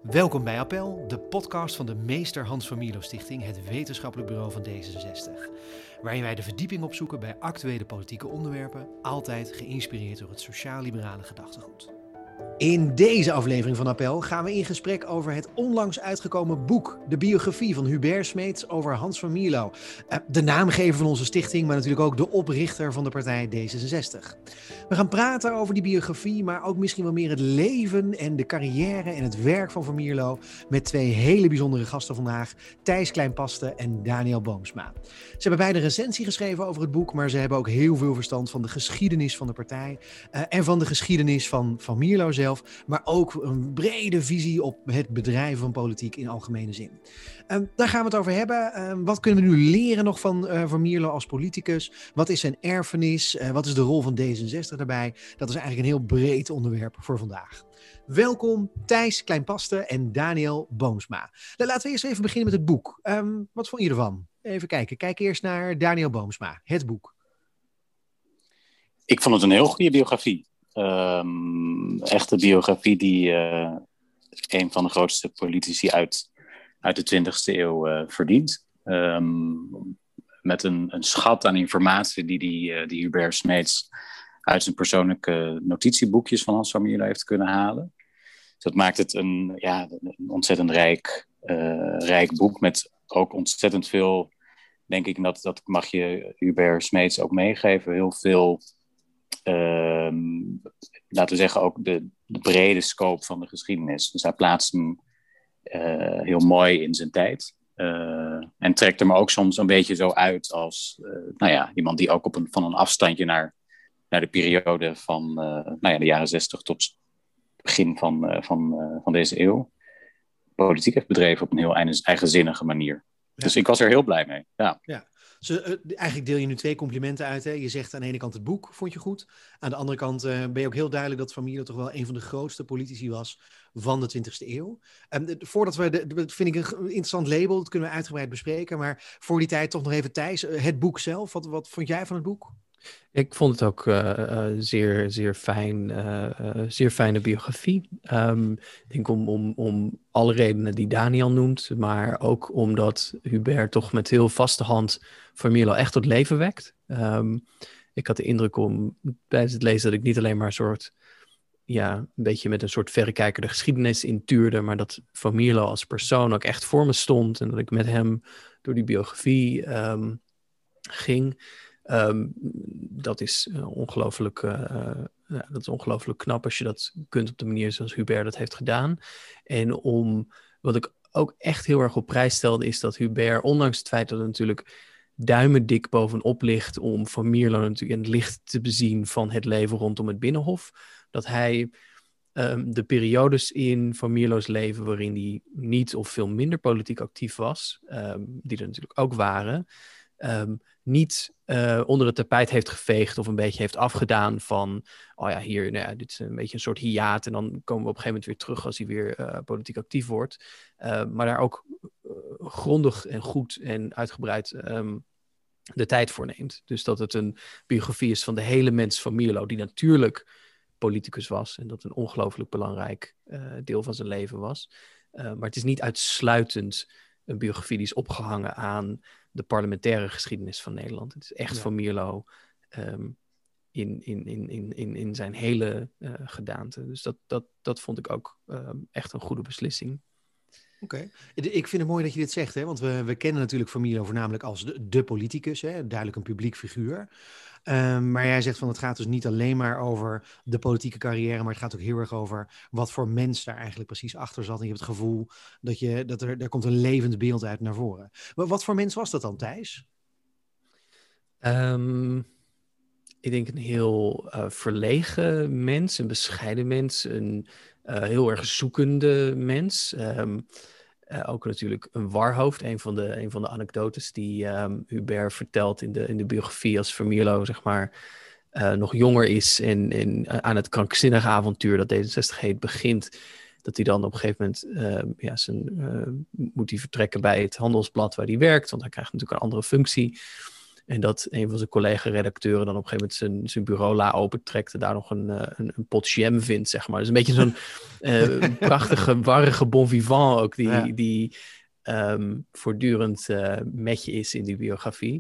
Welkom bij Appel, de podcast van de Meester Hans van Mierlo Stichting, het wetenschappelijk bureau van D66. Waarin wij de verdieping opzoeken bij actuele politieke onderwerpen, altijd geïnspireerd door het sociaal-liberale gedachtegoed. In deze aflevering van Appel gaan we in gesprek over het onlangs uitgekomen boek, de biografie van Hubert Smeets over Hans van Mierlo. De naamgever van onze stichting, maar natuurlijk ook de oprichter van de partij D66. We gaan praten over die biografie, maar ook misschien wel meer het leven en de carrière en het werk van Mierlo met twee hele bijzondere gasten vandaag, Thijs Kleinpaste en Daniel Boomsma. Ze hebben beide een recensie geschreven over het boek, maar ze hebben ook heel veel verstand van de geschiedenis van de partij en van de geschiedenis van Mierlo zelf, maar ook een brede visie op het bedrijven van politiek in algemene zin. Daar gaan we het over hebben. Wat kunnen we nu leren nog van Mierlo als politicus? Wat is zijn erfenis? Wat is de rol van D66 daarbij? Dat is eigenlijk een heel breed onderwerp voor vandaag. Welkom Thijs Kleinpaste en Daniel Boomsma. Laten we eerst even beginnen met het boek. Wat vond je ervan? Even kijken. Kijk eerst naar Daniel Boomsma, het boek. Ik vond het een heel goede biografie. Echt een biografie die een van de grootste politici uit de 20e eeuw verdient. Met een schat aan informatie die Hubert Smeets uit zijn persoonlijke notitieboekjes van Hans van Mierlo heeft kunnen halen. Dus dat maakt het een ontzettend rijk boek met ook ontzettend veel, denk ik, dat mag je Hubert Smeets ook meegeven, heel veel, laten we zeggen, ook de brede scope van de geschiedenis. Dus hij plaatst hem heel mooi in zijn tijd. En trekt er me ook soms een beetje zo uit als iemand die ook van een afstandje naar de periode van de jaren 60 tot begin van deze eeuw politiek heeft bedreven op een heel eigenzinnige manier. Ja. Dus ik was er heel blij mee. Ja. Dus, eigenlijk deel je nu twee complimenten uit. Hè? Je zegt aan de ene kant het boek vond je goed. Aan de andere kant ben je ook heel duidelijk dat Van Mierlo toch wel een van de grootste politici was van de 20e eeuw. Voordat dat vind ik een interessant label, dat kunnen we uitgebreid bespreken. Maar voor die tijd toch nog even Thijs, het boek zelf. Wat vond jij van het boek? Ik vond het ook zeer fijn, zeer fijne biografie. Ik denk om alle redenen die Daniel noemt, maar ook omdat Hubert toch met heel vaste hand Van Mierlo echt tot leven wekt. Ik had de indruk tijdens het lezen dat ik niet alleen maar een beetje met een soort verrekijker de geschiedenis intuurde, maar dat Van Mierlo als persoon ook echt voor me stond en dat ik met hem door die biografie ging. Dat is ongelooflijk knap als je dat kunt op de manier zoals Hubert dat heeft gedaan. En wat ik ook echt heel erg op prijs stelde, is dat Hubert, ondanks het feit dat het natuurlijk duimendik bovenop ligt om Van Mierlo natuurlijk in het licht te bezien van het leven rondom het Binnenhof, dat hij de periodes in Van Mierlo's leven waarin hij niet of veel minder politiek actief was, die er natuurlijk ook waren, niet onder het tapijt heeft geveegd of een beetje heeft afgedaan van, dit is een beetje een soort hiaat en dan komen we op een gegeven moment weer terug als hij weer politiek actief wordt. Maar daar ook grondig en goed en uitgebreid de tijd voor neemt. Dus dat het een biografie is van de hele mens van Mierlo, die natuurlijk politicus was en dat een ongelooflijk belangrijk deel van zijn leven was. Maar het is niet uitsluitend een biografie die is opgehangen aan de parlementaire geschiedenis van Nederland. Het is echt Van Mierlo in zijn hele gedaante. Dus dat vond ik ook echt een goede beslissing. Oké. Ik vind het mooi dat je dit zegt, hè? Want we kennen natuurlijk Van Mierlo voornamelijk als de politicus, hè? Duidelijk een publiek figuur. Maar jij zegt van het gaat dus niet alleen maar over de politieke carrière, maar het gaat ook heel erg over wat voor mens daar eigenlijk precies achter zat. En je hebt het gevoel dat er komt een levend beeld uit naar voren. Maar wat voor mens was dat dan, Thijs? Ik denk een heel verlegen mens, een bescheiden mens, een heel erg zoekende mens. Ook natuurlijk een warhoofd. Een van de anekdotes die Hubert vertelt in de biografie als Van Mierlo, zeg maar, nog jonger is en aan het krankzinnige avontuur dat D66 heet begint, dat hij dan op een gegeven moment moet hij vertrekken bij het handelsblad waar hij werkt, want hij krijgt natuurlijk een andere functie. En dat een van zijn collega-redacteuren dan op een gegeven moment zijn bureau opentrekt en daar nog een pot jam vindt, zeg maar. Dus een beetje zo'n prachtige, warrige bon vivant ook, die voortdurend met je is in die biografie.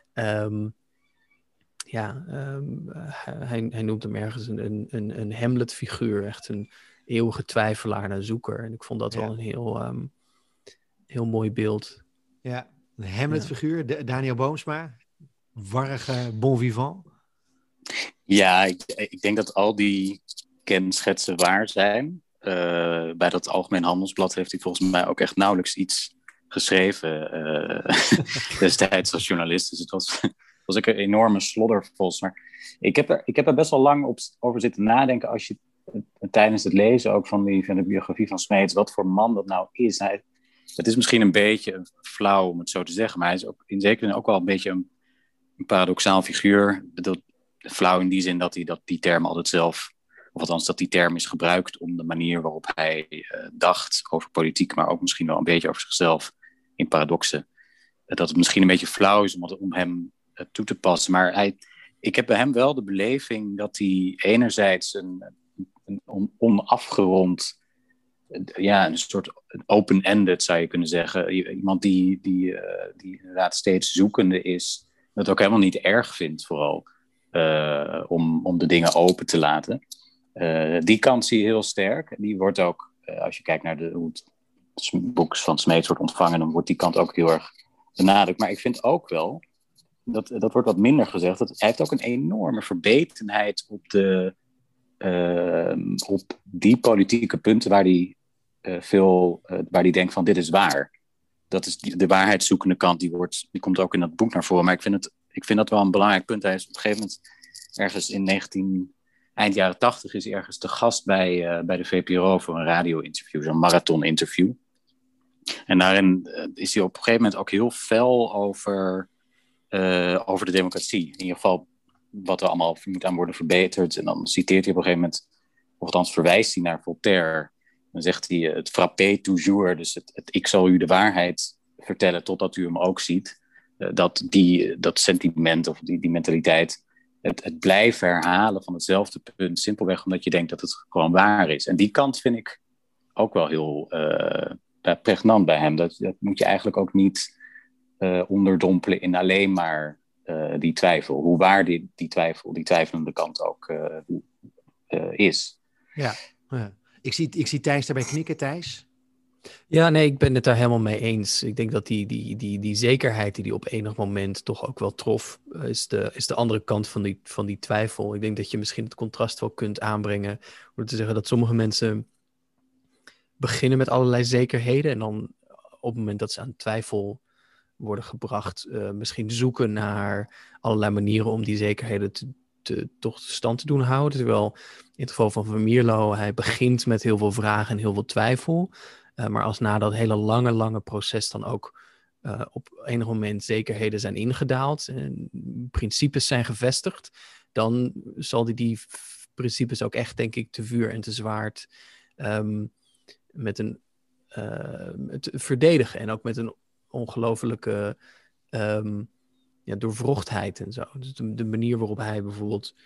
Hij noemt hem ergens een Hamlet-figuur, echt een eeuwige twijfelaar en zoeker. En ik vond dat wel een heel mooi beeld. Ja, een Hamlet-figuur, Daniel Boomsma, warrige bon vivant. Ja, ik denk dat al die kenschetsen waar zijn. Bij dat Algemeen Handelsblad heeft hij volgens mij ook echt nauwelijks iets geschreven destijds als journalist. Dus het was ook een enorme slodder volgens mij. Ik heb er best wel lang over zitten nadenken als je tijdens het lezen ook van de biografie van Smeets, wat voor man dat nou is. Het is misschien een beetje flauw om het zo te zeggen, maar hij is ook in zekere zin ook wel een beetje een paradoxaal figuur. Flauw in die zin dat hij die term altijd zelf, of althans dat die term is gebruikt om de manier waarop hij dacht over politiek, maar ook misschien wel een beetje over zichzelf in paradoxen. Dat het misschien een beetje flauw is om hem toe te passen. Maar ik heb bij hem wel de beleving dat hij enerzijds een onafgerond, een soort open-ended zou je kunnen zeggen. Iemand die inderdaad steeds zoekende is. Dat ook helemaal niet erg vindt vooral. Om de dingen open te laten. Die kant zie je heel sterk. Die wordt ook, als je kijkt naar hoe het boek van Smeets wordt ontvangen, dan wordt die kant ook heel erg benadrukt. Maar ik vind ook wel, dat wordt wat minder gezegd, dat hij heeft ook een enorme verbetenheid op die politieke punten waar hij denkt van dit is waar. Dat is de waarheidszoekende kant, die komt ook in dat boek naar voren. Maar ik vind dat wel een belangrijk punt. Hij is op een gegeven moment ergens eind jaren 80 is hij ergens te gast bij de VPRO voor een radio-interview, zo'n marathon-interview. En daarin is hij op een gegeven moment ook heel fel over de democratie. In ieder geval wat er allemaal moet aan worden verbeterd. En dan citeert hij op een gegeven moment, of althans verwijst hij naar Voltaire. Dan zegt hij het frappé toujours, dus ik zal u de waarheid vertellen totdat u hem ook ziet. Dat sentiment of die mentaliteit, het blijven herhalen van hetzelfde punt, simpelweg omdat je denkt dat het gewoon waar is. En die kant vind ik ook wel heel pregnant bij hem. Dat moet je eigenlijk ook niet onderdompelen in alleen maar die twijfel. Hoe waar die twijfelende kant ook is. Ja. Ik zie Thijs daarbij knikken, Thijs. Ja, nee, ik ben het daar helemaal mee eens. Ik denk dat die zekerheid die op enig moment toch ook wel trof, is de andere kant van die twijfel. Ik denk dat je misschien het contrast wel kunt aanbrengen door te zeggen dat sommige mensen beginnen met allerlei zekerheden en dan op het moment dat ze aan twijfel worden gebracht, misschien zoeken naar allerlei manieren om die zekerheden toch stand te doen houden. Terwijl in het geval van Mierlo, hij begint met heel veel vragen en heel veel twijfel. Maar als na dat hele lange proces dan ook op enig moment zekerheden zijn ingedaald en principes zijn gevestigd, dan zal die principes ook echt, denk ik, te vuur en te zwaard het verdedigen. En ook met een ongelofelijke doorwrochtheid en zo. Dus de manier waarop hij bijvoorbeeld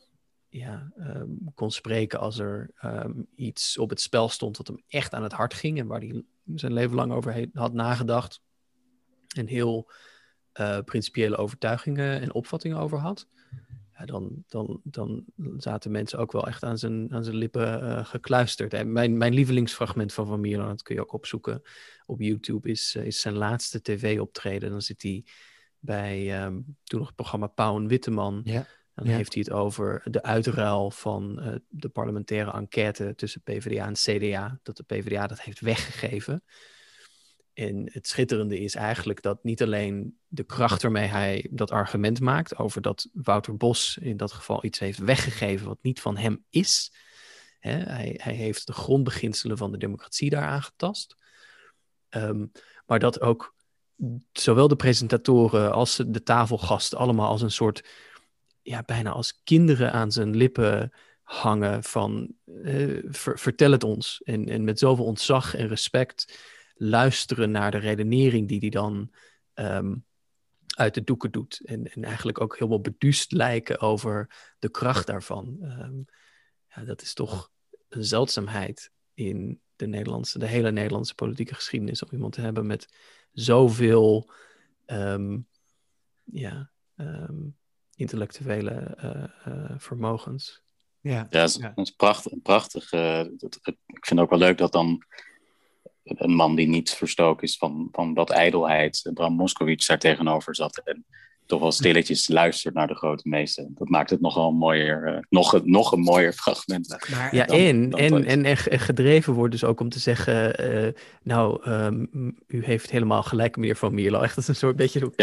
kon spreken als er iets op het spel stond dat hem echt aan het hart ging en waar hij zijn leven lang over had nagedacht en heel principiële overtuigingen en opvattingen over had. Ja, dan zaten mensen ook wel echt aan zijn lippen gekluisterd. En mijn lievelingsfragment van Mierlo, dat kun je ook opzoeken op YouTube, is zijn laatste tv-optreden. Dan zit hij bij toen nog het programma Pauw en Witteman. Ja. Dan heeft hij het over de uitruil van de parlementaire enquête tussen PvdA en CDA. Dat de PvdA dat heeft weggegeven. En het schitterende is eigenlijk dat niet alleen de kracht waarmee hij dat argument maakt over dat Wouter Bos in dat geval iets heeft weggegeven wat niet van hem is. Hij heeft de grondbeginselen van de democratie daar aangetast. Maar dat ook zowel de presentatoren als de tafelgasten allemaal als een soort, bijna als kinderen aan zijn lippen hangen van vertel het ons. En met zoveel ontzag en respect luisteren naar de redenering die hij dan uit de doeken doet. En eigenlijk ook helemaal beduust lijken over de kracht daarvan. Dat is toch een zeldzaamheid in de hele Nederlandse politieke geschiedenis, om iemand te hebben met zoveel intellectuele vermogens. Ja, dat is prachtig. Ik vind het ook wel leuk dat dan een man die niet verstoken is van wat ijdelheid, Bram Moskowitz, daar tegenover zat en toch wel stilletjes luistert naar de grote meester. Dat maakt het nogal mooier, nog een mooier fragment. Maar, en gedreven wordt dus ook om te zeggen, u heeft helemaal gelijk, meneer Van Mierlo. Echt, dat is een soort beetje zo'n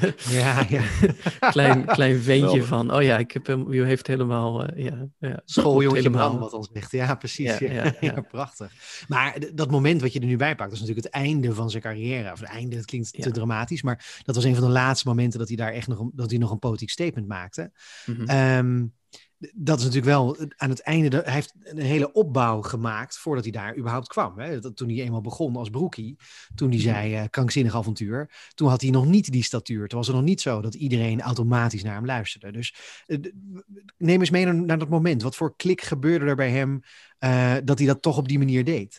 klein ventje van, u heeft helemaal... Schooljongetje Bram, wat ons zegt. Ja, precies. Ja, prachtig. Maar dat moment wat je er nu bij pakt, dat is natuurlijk het einde van zijn carrière. Of het einde, dat klinkt te dramatisch, maar dat was een van de laatste momenten dat hij daar echt nog een politiek statement maakte. Mm-hmm. Dat is natuurlijk wel aan het einde. Hij heeft een hele opbouw gemaakt voordat hij daar überhaupt kwam. Hè? Toen hij eenmaal begon als broekie, toen hij zei krankzinnig avontuur, toen had hij nog niet die statuur. Toen was het nog niet zo dat iedereen automatisch naar hem luisterde. Dus neem eens mee naar dat moment. Wat voor klik gebeurde er bij hem dat hij dat toch op die manier deed?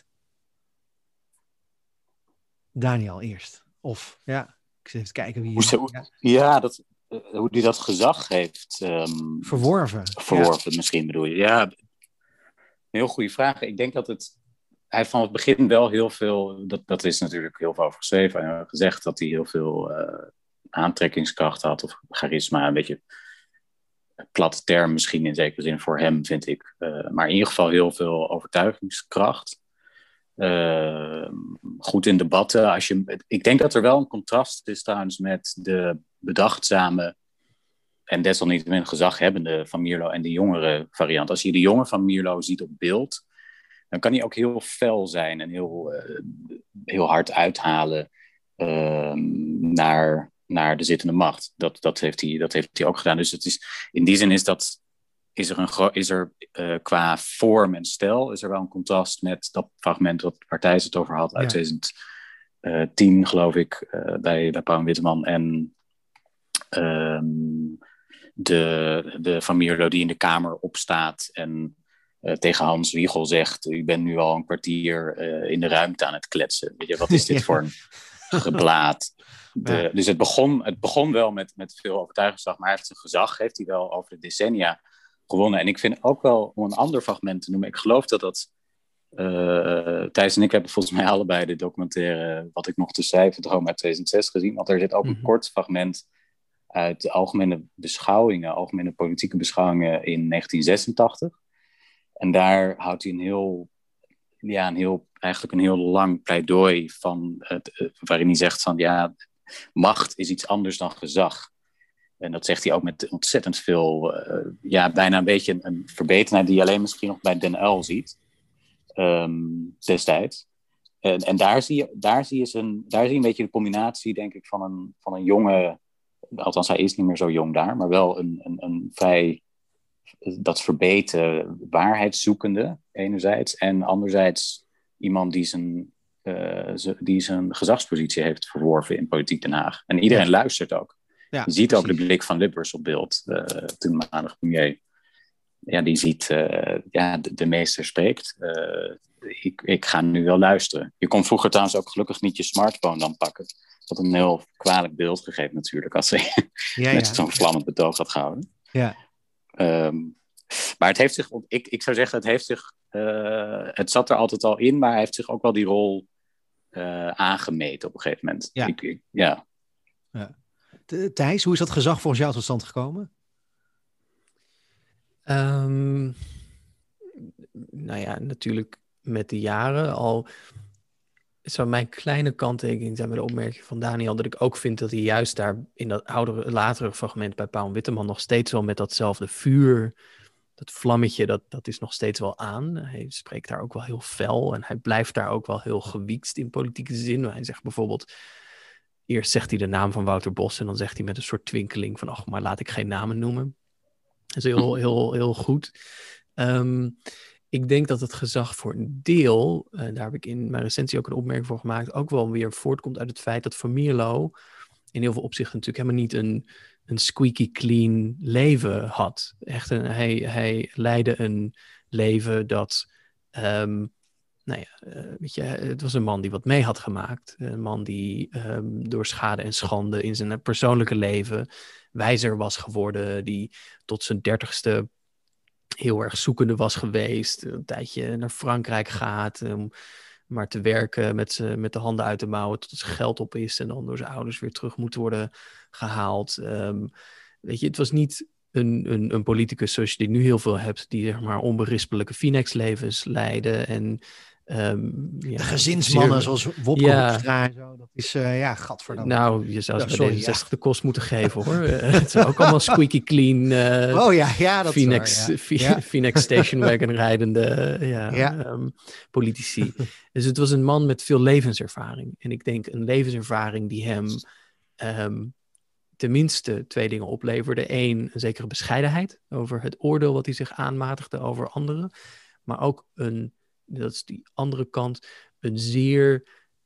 Daniel eerst. Of ik zit even te kijken wie... Hoe die dat gezag heeft... verworven misschien bedoel je. Ja, een heel goede vraag. Ik denk dat hij van het begin wel heel veel... Dat is natuurlijk heel veel over geschreven. Hij heeft gezegd dat hij heel veel aantrekkingskracht had. Of charisma, een beetje een platte term misschien in zekere zin voor hem, vind ik. Maar in ieder geval heel veel overtuigingskracht. Goed in debatten. Ik denk dat er wel een contrast is trouwens met de bedachtzame en desalniettemin gezaghebbende Van Mierlo en de jongere variant. Als je de jonge Van Mierlo ziet op beeld, dan kan hij ook heel fel zijn en heel hard uithalen naar de zittende macht. Dat heeft hij ook gedaan. Dus het is, in die zin is er qua vorm en stijl is er wel een contrast met dat fragment wat Partijs het over had uit 2010, geloof ik, bij Pauw en Witteman en de Van Mierlo die in de Kamer opstaat en tegen Hans Wiegel zegt, u bent nu al een kwartier in de ruimte aan het kletsen. Weet je, wat is dit voor een geblaat? Dus het begon wel met veel overtuigingskracht, maar zijn gezag heeft hij wel over de decennia gewonnen. En ik vind ook wel, om een ander fragment te noemen, ik geloof dat Thijs en ik hebben volgens mij allebei de documentaire Wat ik nog te schrijven, Droom uit 2006 gezien, want er zit ook een kort fragment uit de algemene politieke beschouwingen in 1986. En daar houdt hij eigenlijk een heel lang pleidooi van, waarin hij zegt van, macht is iets anders dan gezag. En dat zegt hij ook met ontzettend veel, bijna een beetje een verbetenheid die je alleen misschien nog bij Den Uyl ziet, destijds. En daar zie je een beetje de combinatie, denk ik, van een jonge, althans hij is niet meer zo jong daar, maar wel een vrij, dat verbeten waarheidszoekende enerzijds, en anderzijds iemand die zijn gezagspositie heeft verworven in politiek Den Haag. En iedereen luistert ook. Ja, je ziet ook de blik van Lubbers op beeld, toenmalig premier. Ja, die ziet, de meester spreekt. Ik ga nu wel luisteren. Je kon vroeger trouwens ook gelukkig niet je smartphone dan pakken. Dat een heel kwalijk beeld gegeven natuurlijk, als hij met zo'n vlammend betoog had gehouden. Ja. Maar het heeft zich, ik zou zeggen, het zat er altijd al in, maar hij heeft zich ook wel die rol aangemeten op een gegeven moment. Ja. Thijs, hoe is dat gezag volgens jou tot stand gekomen? Natuurlijk met de jaren al. Zou mijn kleine kanttekening zijn bij de opmerking van Daniel, dat ik ook vind dat hij juist daar in dat latere fragment bij Pauw en Witteman nog steeds wel met datzelfde vuur, dat vlammetje, dat is nog steeds wel aan. Hij spreekt daar ook wel heel fel en hij blijft daar ook wel heel gewiekst in politieke zin. Hij zegt bijvoorbeeld, eerst zegt hij de naam van Wouter Bos en dan zegt hij met een soort twinkeling van, maar laat ik geen namen noemen. Dat is heel, heel, heel goed. Ik denk dat het gezag voor een deel, daar heb ik in mijn recensie ook een opmerking voor gemaakt, ook wel weer voortkomt uit het feit dat Van Mierlo in heel veel opzichten natuurlijk helemaal niet een squeaky clean leven had. Echt, hij leidde een leven dat... weet je, het was een man die wat mee had gemaakt. Een man die door schade en schande in zijn persoonlijke leven wijzer was geworden. Die tot zijn 30ste heel erg zoekende was geweest. Een tijdje naar Frankrijk gaat om maar te werken met de handen uit de mouwen tot zijn geld op is. En dan door zijn ouders weer terug moet worden gehaald. Weet je, het was niet een politicus zoals je die nu heel veel hebt. Die zeg maar onberispelijke Phoenix-levens leiden en... de gezinsmannen zoals Wopke Hoekstra en zo. Dat is, gadverdamme. Nou, je zou ze bij D66 de kost moeten geven, hoor. Het zijn ook allemaal squeaky clean dat Phoenix Station Wagon rijdende politici. Dus het was een man met veel levenservaring. En ik denk een levenservaring die hem tenminste 2 dingen opleverde. 1, een zekere bescheidenheid over het oordeel wat hij zich aanmatigde over anderen. Maar ook dat is die andere kant, een zeer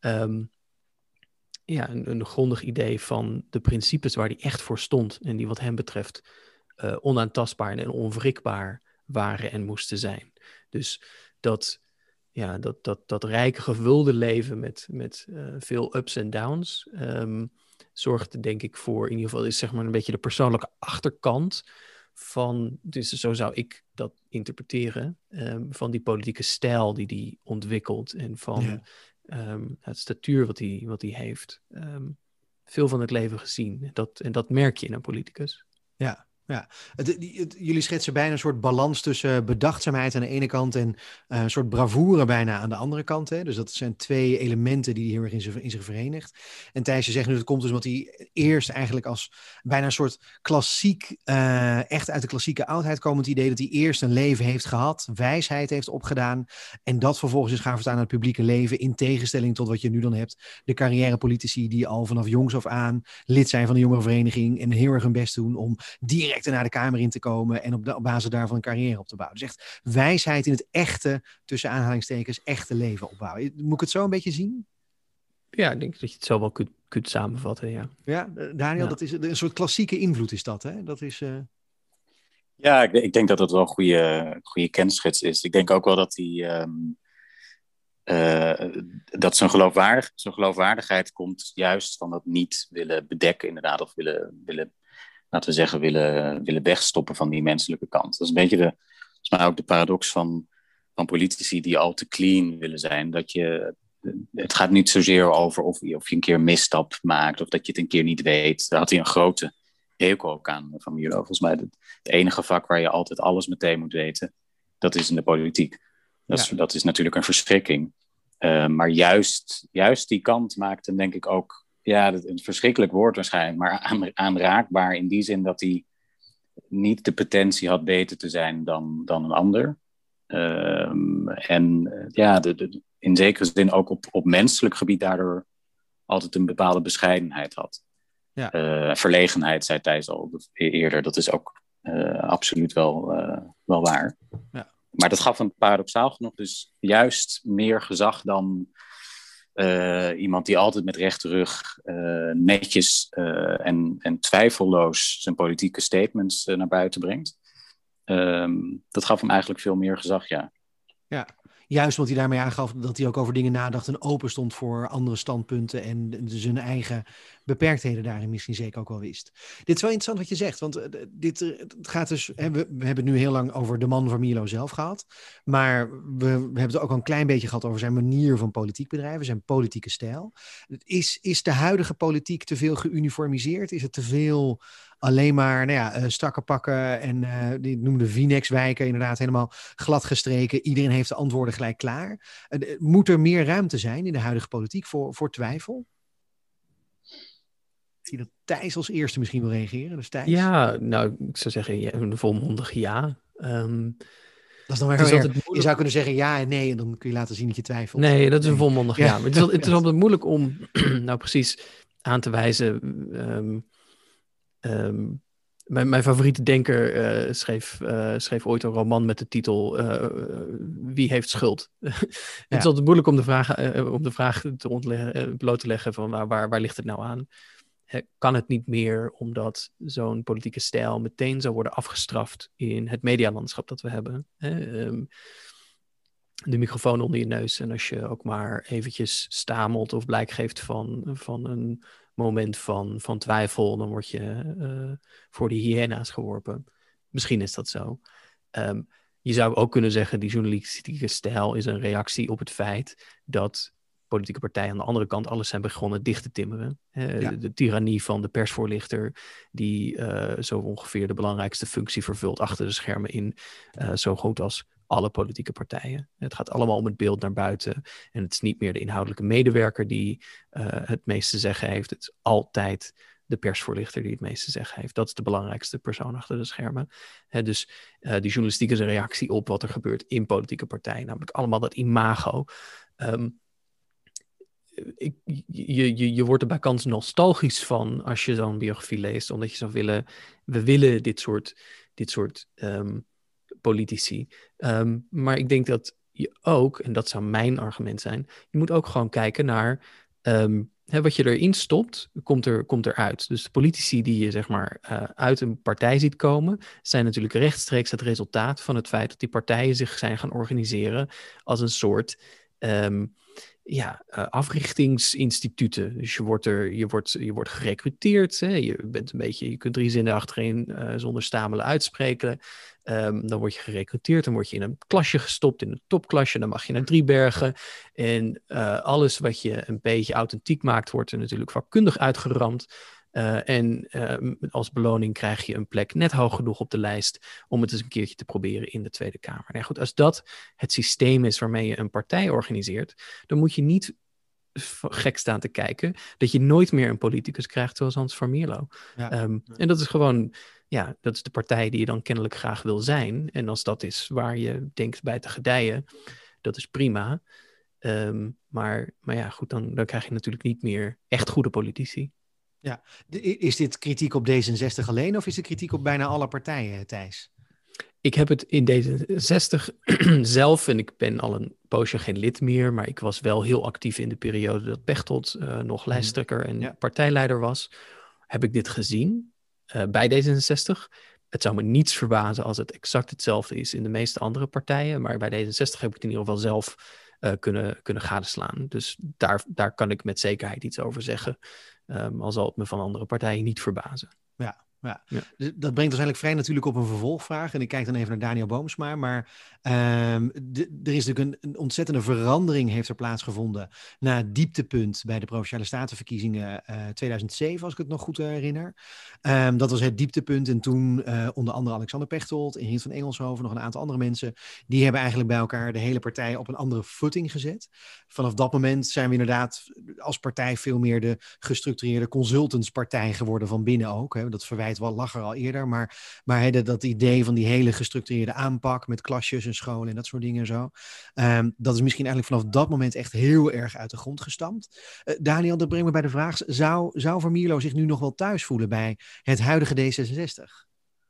een grondig idee van de principes waar hij echt voor stond en die wat hem betreft onaantastbaar en onwrikbaar waren en moesten zijn. Dus dat rijke gevulde leven met veel ups en downs zorgde denk ik voor, in ieder geval is zeg maar een beetje de persoonlijke achterkant van, dus zo zou ik dat interpreteren, van die politieke stijl die hij ontwikkelt en van het statuur wat hij heeft. Veel van het leven gezien. En dat merk je in een politicus. Ja. Jullie schetsen bijna een soort balans tussen bedachtzaamheid aan de ene kant en een soort bravoure bijna aan de andere kant. Hè? Dus dat zijn 2 elementen die hij heel erg in zich verenigt. En Thijs, je zegt nu, dat komt dus omdat hij eerst eigenlijk als bijna een soort klassiek, echt uit de klassieke oudheid komend idee, dat hij eerst een leven heeft gehad, wijsheid heeft opgedaan en dat vervolgens is gaan verstaan aan het publieke leven, in tegenstelling tot wat je nu dan hebt, de carrièrepolitici die al vanaf jongs af aan lid zijn van de jongerenvereniging en heel erg hun best doen om direct naar de Kamer in te komen en op basis daarvan een carrière op te bouwen. Dus echt wijsheid in het echte, tussen aanhalingstekens, echte leven opbouwen. Moet ik het zo een beetje zien? Ja, ik denk dat je het zo wel kunt samenvatten, ja. Ja, Daniel, dat is een soort klassieke invloed is dat, hè? Dat is... Ja, ik denk dat dat wel een goede kenschets is. Ik denk ook wel dat dat zijn geloofwaardigheid komt juist van dat niet willen bedekken inderdaad, of willen laten we zeggen, willen wegstoppen van die menselijke kant. Dat is een beetje volgens mij ook de paradox van politici die al te clean willen zijn. Het gaat niet zozeer over of je een keer een misstap maakt of dat je het een keer niet weet. Daar had hij een grote hekel ook aan van Milo. Volgens mij het enige vak waar je altijd alles meteen moet weten, dat is in de politiek. Dat is natuurlijk een verschrikking. Maar juist die kant maakt hem denk ik ook, een verschrikkelijk woord waarschijnlijk, maar aanraakbaar in die zin dat hij niet de potentie had beter te zijn dan een ander. In zekere zin ook op menselijk gebied daardoor altijd een bepaalde bescheidenheid had. Ja. Verlegenheid, zei Thijs al eerder, dat is ook absoluut wel waar. Ja. Maar dat gaf hem paradoxaal genoeg dus juist meer gezag dan iemand die altijd met rechte rug netjes en twijfelloos zijn politieke statements naar buiten brengt. Dat gaf hem eigenlijk veel meer gezag, ja. Ja, juist omdat hij daarmee aangaf dat hij ook over dingen nadacht en open stond voor andere standpunten en zijn eigen beperktheden daarin misschien zeker ook wel wist. Dit is wel interessant wat je zegt, want het gaat dus, we hebben het nu heel lang over de man van Milo zelf gehad, maar we hebben het ook al een klein beetje gehad over zijn manier van politiek bedrijven, zijn politieke stijl. Is de huidige politiek te veel geuniformiseerd? Is het te veel alleen maar strakke pakken en die noemde Phoenix-wijken inderdaad helemaal glad gestreken. Iedereen heeft de antwoorden gelijk klaar. Moet er meer ruimte zijn in de huidige politiek voor twijfel? Ik zie dat Thijs als eerste misschien wil reageren. Dus Thijs. Ja, nou, ik zou zeggen een volmondig ja. Dat is dan weer je zou kunnen zeggen ja en nee en dan kun je laten zien dat je twijfelt. Nee, dat is een volmondig ja. Maar het is altijd moeilijk om nou precies aan te wijzen. Mijn favoriete denker schreef ooit een roman met de titel Wie heeft schuld? Het is altijd moeilijk om de vraag bloot te leggen van waar ligt het nou aan? kan het niet meer omdat zo'n politieke stijl meteen zou worden afgestraft in het medialandschap dat we hebben. De microfoon onder je neus en als je ook maar eventjes stamelt of blijk geeft van een moment van twijfel, dan word je voor de hyena's geworpen. Misschien is dat zo. Je zou ook kunnen zeggen, die journalistieke stijl is een reactie op het feit dat politieke partijen aan de andere kant alles zijn begonnen dicht te timmeren. De tirannie van de persvoorlichter, die zo ongeveer de belangrijkste functie vervult achter de schermen in zo goed als alle politieke partijen. Het gaat allemaal om het beeld naar buiten. En het is niet meer de inhoudelijke medewerker die het meeste zeggen heeft. Het is altijd de persvoorlichter die het meeste zeggen heeft. Dat is de belangrijkste persoon achter de schermen. Dus die journalistiek is een reactie op wat er gebeurt in politieke partijen. Namelijk allemaal dat imago. Je wordt er bij kans nostalgisch van als je zo'n biografie leest. Omdat je zou willen... We willen dit soort politici. Maar ik denk dat je ook, en dat zou mijn argument zijn, je moet ook gewoon kijken naar wat je erin stopt, komt eruit. Dus de politici die je zeg maar uit een partij ziet komen, zijn natuurlijk rechtstreeks het resultaat van het feit dat die partijen zich zijn gaan organiseren als een soort africhtingsinstituten. Dus je wordt gerecruiteerd. Hè? Je kunt 3 zinnen achterin zonder stamelen uitspreken. Dan word je gerecruiteerd, dan word je in een klasje gestopt, in een topklasje, dan mag je naar Driebergen. En alles wat je een beetje authentiek maakt, wordt er natuurlijk vakkundig uitgeramd. En als beloning krijg je een plek net hoog genoeg op de lijst om het eens een keertje te proberen in de Tweede Kamer. Nou goed, als dat het systeem is waarmee je een partij organiseert, dan moet je niet gek staan te kijken dat je nooit meer een politicus krijgt zoals Hans van Mierlo. Ja. En dat is gewoon, dat is de partij die je dan kennelijk graag wil zijn. En als dat is waar je denkt bij te gedijen, dat is prima. Maar ja, goed, dan krijg je natuurlijk niet meer echt goede politici. Ja, is dit kritiek op D66 alleen of is het kritiek op bijna alle partijen, Thijs? Ik heb het in D66 zelf, en ik ben al een poosje geen lid meer, maar ik was wel heel actief in de periode dat Pechtold nog lijsttrekker en partijleider was. Heb ik dit gezien bij D66? Het zou me niets verbazen als het exact hetzelfde is in de meeste andere partijen, maar bij D66 heb ik het in ieder geval zelf kunnen gadeslaan. Dus daar kan ik met zekerheid iets over zeggen. Al zal het me van andere partijen niet verbazen. Ja. Dat brengt ons eigenlijk vrij natuurlijk op een vervolgvraag. En ik kijk dan even naar Daniel Boomsma. Maar er is natuurlijk een ontzettende verandering heeft er plaatsgevonden na het dieptepunt bij de Provinciale Statenverkiezingen 2007, als ik het nog goed herinner. Dat was het dieptepunt. En toen onder andere Alexander Pechtold, Ingrid van Engelshoven, nog een aantal andere mensen, die hebben eigenlijk bij elkaar de hele partij op een andere footing gezet. Vanaf dat moment zijn we inderdaad als partij veel meer de gestructureerde consultantspartij geworden van binnen ook. Hè. Dat verwijt lag er al eerder, maar dat idee van die hele gestructureerde aanpak met klasjes en scholen en dat soort dingen en zo. Dat is misschien eigenlijk vanaf dat moment echt heel erg uit de grond gestampt. Daniel, dat brengt me bij de vraag, zou Van Mierlo zich nu nog wel thuis voelen bij het huidige D66?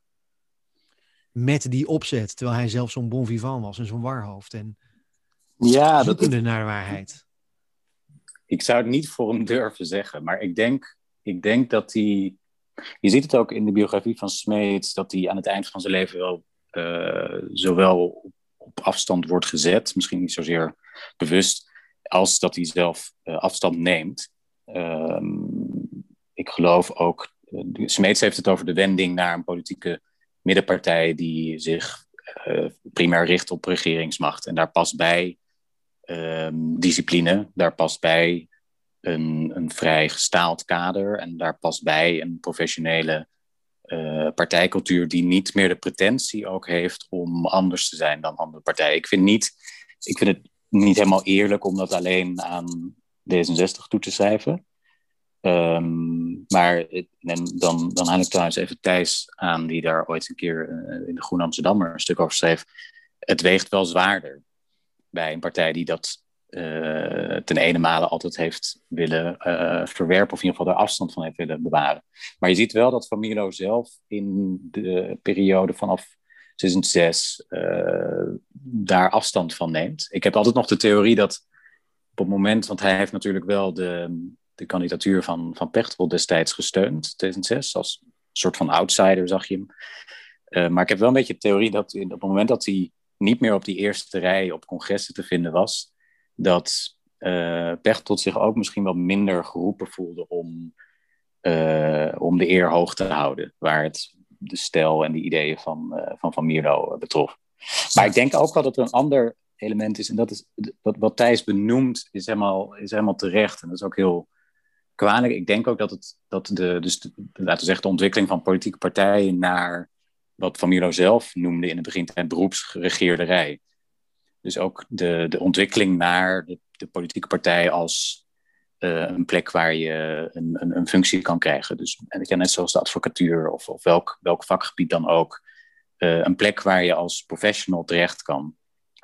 Met die opzet, terwijl hij zelf zo'n bon vivant was en zo'n warhoofd en zoekende naar de waarheid. Ik zou het niet voor hem durven zeggen, maar ik denk dat hij... Je ziet het ook in de biografie van Smeets, dat hij aan het eind van zijn leven wel zowel op afstand wordt gezet, misschien niet zozeer bewust, als dat hij zelf afstand neemt. Ik geloof ook, Smeets heeft het over de wending naar een politieke middenpartij die zich primair richt op regeringsmacht. En daar past bij discipline, daar past bij een vrij gestaald kader en daar past bij een professionele partijcultuur die niet meer de pretentie ook heeft om anders te zijn dan andere partijen. Ik vind het niet helemaal eerlijk om dat alleen aan D66 toe te schrijven. Maar dan haal ik trouwens even Thijs aan, die daar ooit een keer in de Groene Amsterdammer een stuk over schreef. Het weegt wel zwaarder bij een partij die dat ten ene male altijd heeft willen verwerpen, of in ieder geval daar afstand van heeft willen bewaren. Maar je ziet wel dat Van Mierlo zelf in de periode vanaf 2006 daar afstand van neemt. Ik heb altijd nog de theorie dat op het moment, want hij heeft natuurlijk wel de kandidatuur van Pechtold destijds gesteund, 2006, als een soort van outsider zag je hem. Maar ik heb wel een beetje de theorie dat op het moment dat hij niet meer op die eerste rij op congressen te vinden was, dat Pechtold zich ook misschien wel minder geroepen voelde om de eer hoog te houden, waar het de stijl en de ideeën van Mierlo betrof. Maar ik denk ook wel dat er een ander element is, en dat is wat Thijs benoemt, is helemaal terecht. En dat is ook heel kwalijk. Ik denk ook laten we zeggen, de ontwikkeling van politieke partijen naar wat Van Mierlo zelf noemde in het begintijd beroepsregeerderij. Dus ook de ontwikkeling naar de politieke partij als een plek waar je een functie kan krijgen. Dus net zoals de advocatuur of welk vakgebied dan ook. Een plek waar je als professional terecht kan.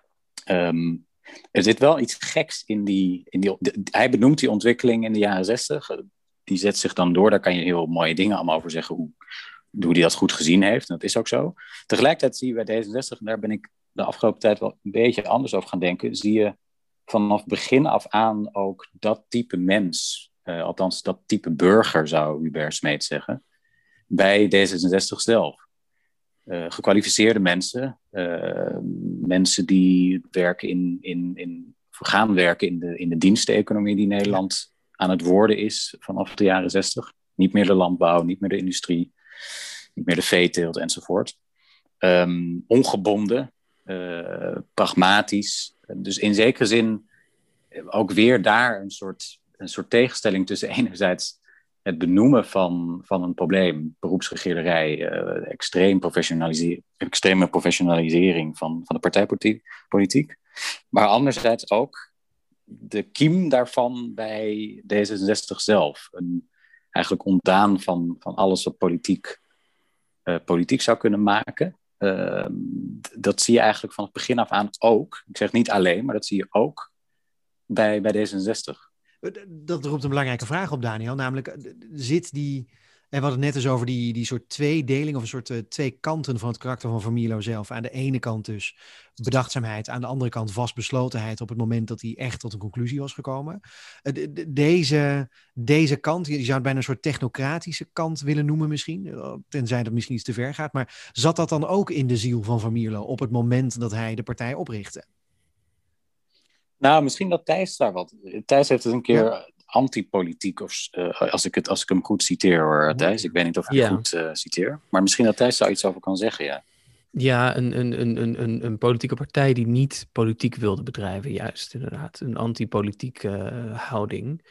Er zit wel iets geks in hij benoemt die ontwikkeling in de jaren 60. Die zet zich dan door. Daar kan je heel mooie dingen allemaal over zeggen. Hoe hij dat goed gezien heeft. En dat is ook zo. Tegelijkertijd zie je bij D66, en daar ben ik de afgelopen tijd wel een beetje anders over gaan denken, zie je vanaf begin af aan ook dat type mens, althans dat type burger, zou Hubert Smeet zeggen, bij D66 zelf. Gekwalificeerde mensen, mensen die gaan werken in de diensteconomie die Nederland aan het worden is vanaf de jaren 60. Niet meer de landbouw, niet meer de industrie, niet meer de veeteelt enzovoort. Ongebonden, pragmatisch. Dus in zekere zin ook weer daar een soort tegenstelling tussen enerzijds het benoemen van een probleem, beroepsregeerderij, extreme professionalisering van de partijpolitiek. Maar anderzijds ook de kiem daarvan bij D66 zelf. Eigenlijk ontdaan van alles wat politiek zou kunnen maken. Dat zie je eigenlijk van het begin af aan ook. Ik zeg niet alleen, maar dat zie je ook bij D66. Dat roept een belangrijke vraag op, Daniel. Namelijk, zit die... En we hadden het net eens over die soort tweedeling of een soort twee kanten van het karakter van Mierlo zelf. Aan de ene kant dus bedachtzaamheid, aan de andere kant vastbeslotenheid op het moment dat hij echt tot een conclusie was gekomen. Deze kant, je zou het bijna een soort technocratische kant willen noemen misschien, tenzij dat misschien iets te ver gaat. Maar zat dat dan ook in de ziel van Mierlo op het moment dat hij de partij oprichtte? Nou, misschien dat Thijs daar wat... Thijs heeft het een keer antipolitiek, als ik hem goed citeer hoor, Thijs. Ik weet niet of ik het goed citeer. Maar misschien dat Thijs daar iets over kan zeggen, ja. Ja, een politieke partij die niet politiek wilde bedrijven, juist inderdaad. Een antipolitieke houding.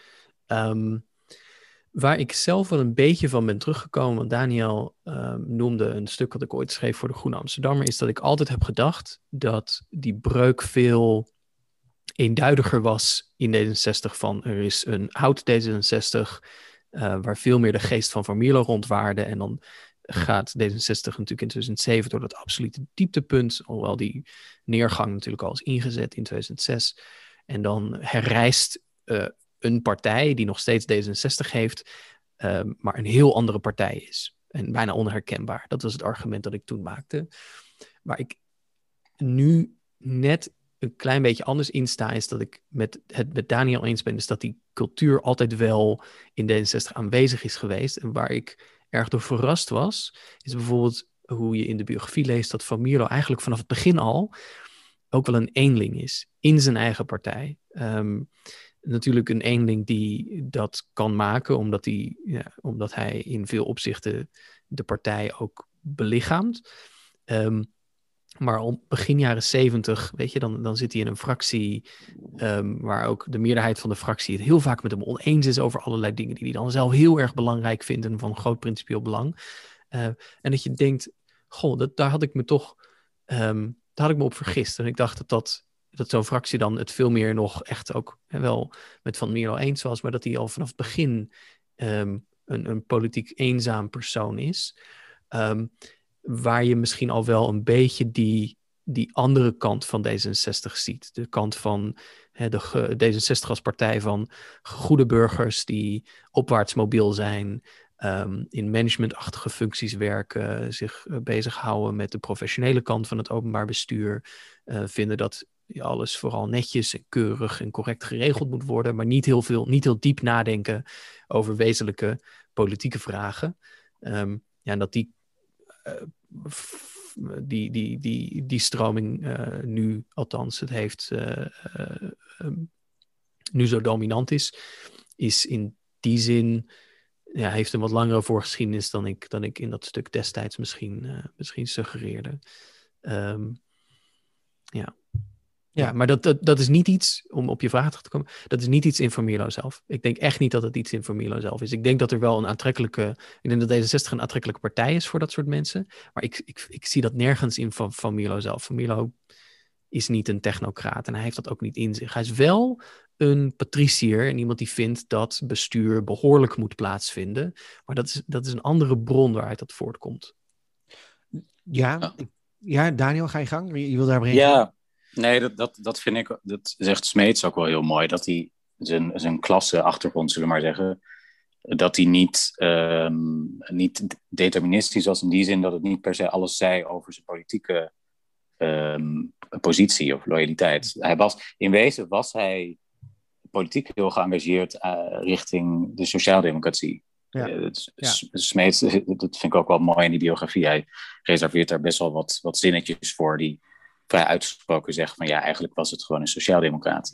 Waar ik zelf wel een beetje van ben teruggekomen, want Daniel noemde een stuk wat ik ooit schreef voor de Groene Amsterdammer, is dat ik altijd heb gedacht dat die breuk veel eenduidiger was in D66 van er is een oud D66 waar veel meer de geest van Mierlo rondwaarde en dan gaat D66 natuurlijk in 2007 door dat absolute dieptepunt, alhoewel die neergang natuurlijk al is ingezet in 2006 en dan herrijst een partij die nog steeds D66 heeft, maar een heel andere partij is en bijna onherkenbaar. Dat was het argument dat ik toen maakte. Waar ik nu net een klein beetje anders insta, is dat ik met Daniel eens ben, is dat die cultuur altijd wel in D66 aanwezig is geweest. En waar ik erg door verrast was, is bijvoorbeeld hoe je in de biografie leest dat Van Mierlo eigenlijk vanaf het begin al ook wel een eenling is in zijn eigen partij. Natuurlijk een eenling die dat kan maken, omdat hij in veel opzichten de partij ook belichaamt. Maar om begin jaren 70, weet je, dan zit hij in een fractie waar ook de meerderheid van de fractie het heel vaak met hem oneens is over allerlei dingen die hij dan zelf heel erg belangrijk vindt en van groot principieel belang. En dat je denkt, daar had ik me toch, daar had ik me op vergist. En ik dacht dat zo'n fractie dan het veel meer nog echt ook wel met Van Mierlo eens was, maar dat hij al vanaf het begin een politiek eenzaam persoon is. Waar je misschien al wel een beetje die andere kant van D66 ziet. De kant van de D66 als partij van goede burgers die opwaarts mobiel zijn, in managementachtige functies werken, zich bezighouden met de professionele kant van het openbaar bestuur, vinden dat alles vooral netjes en keurig en correct geregeld moet worden, maar niet heel diep nadenken over wezenlijke politieke vragen. En dat die stroming nu, althans het heeft, nu zo dominant is in die zin, heeft een wat langere voorgeschiedenis dan ik in dat stuk destijds misschien suggereerde. Ja, maar dat is niet iets, om op je vraag terug te komen, dat is niet iets in Van zelf. Ik denk echt niet dat het iets in Van zelf is. Ik denk dat er wel ik denk dat D66 een aantrekkelijke partij is voor dat soort mensen, maar ik zie dat nergens in Van Mierlo zelf. Van Mierlo is niet een technocraat en hij heeft dat ook niet in zich. Hij is wel een patriciër en iemand die vindt dat bestuur behoorlijk moet plaatsvinden, maar dat is een andere bron waaruit dat voortkomt. Ja, Daniel, ga je gang? Je wil daar brengen? Ja. Nee, dat vind ik, dat zegt Smeets ook wel heel mooi, dat hij zijn klasseachtergrond, zullen we maar zeggen, dat hij niet deterministisch was in die zin dat het niet per se alles zei over zijn politieke positie of loyaliteit. In wezen was hij politiek heel geëngageerd richting de sociaaldemocratie. Ja. Smeets, dat vind ik ook wel mooi in die biografie. Hij reserveert daar best wel wat zinnetjes voor die vrij uitgesproken zegt van eigenlijk was het gewoon een sociaaldemocraat.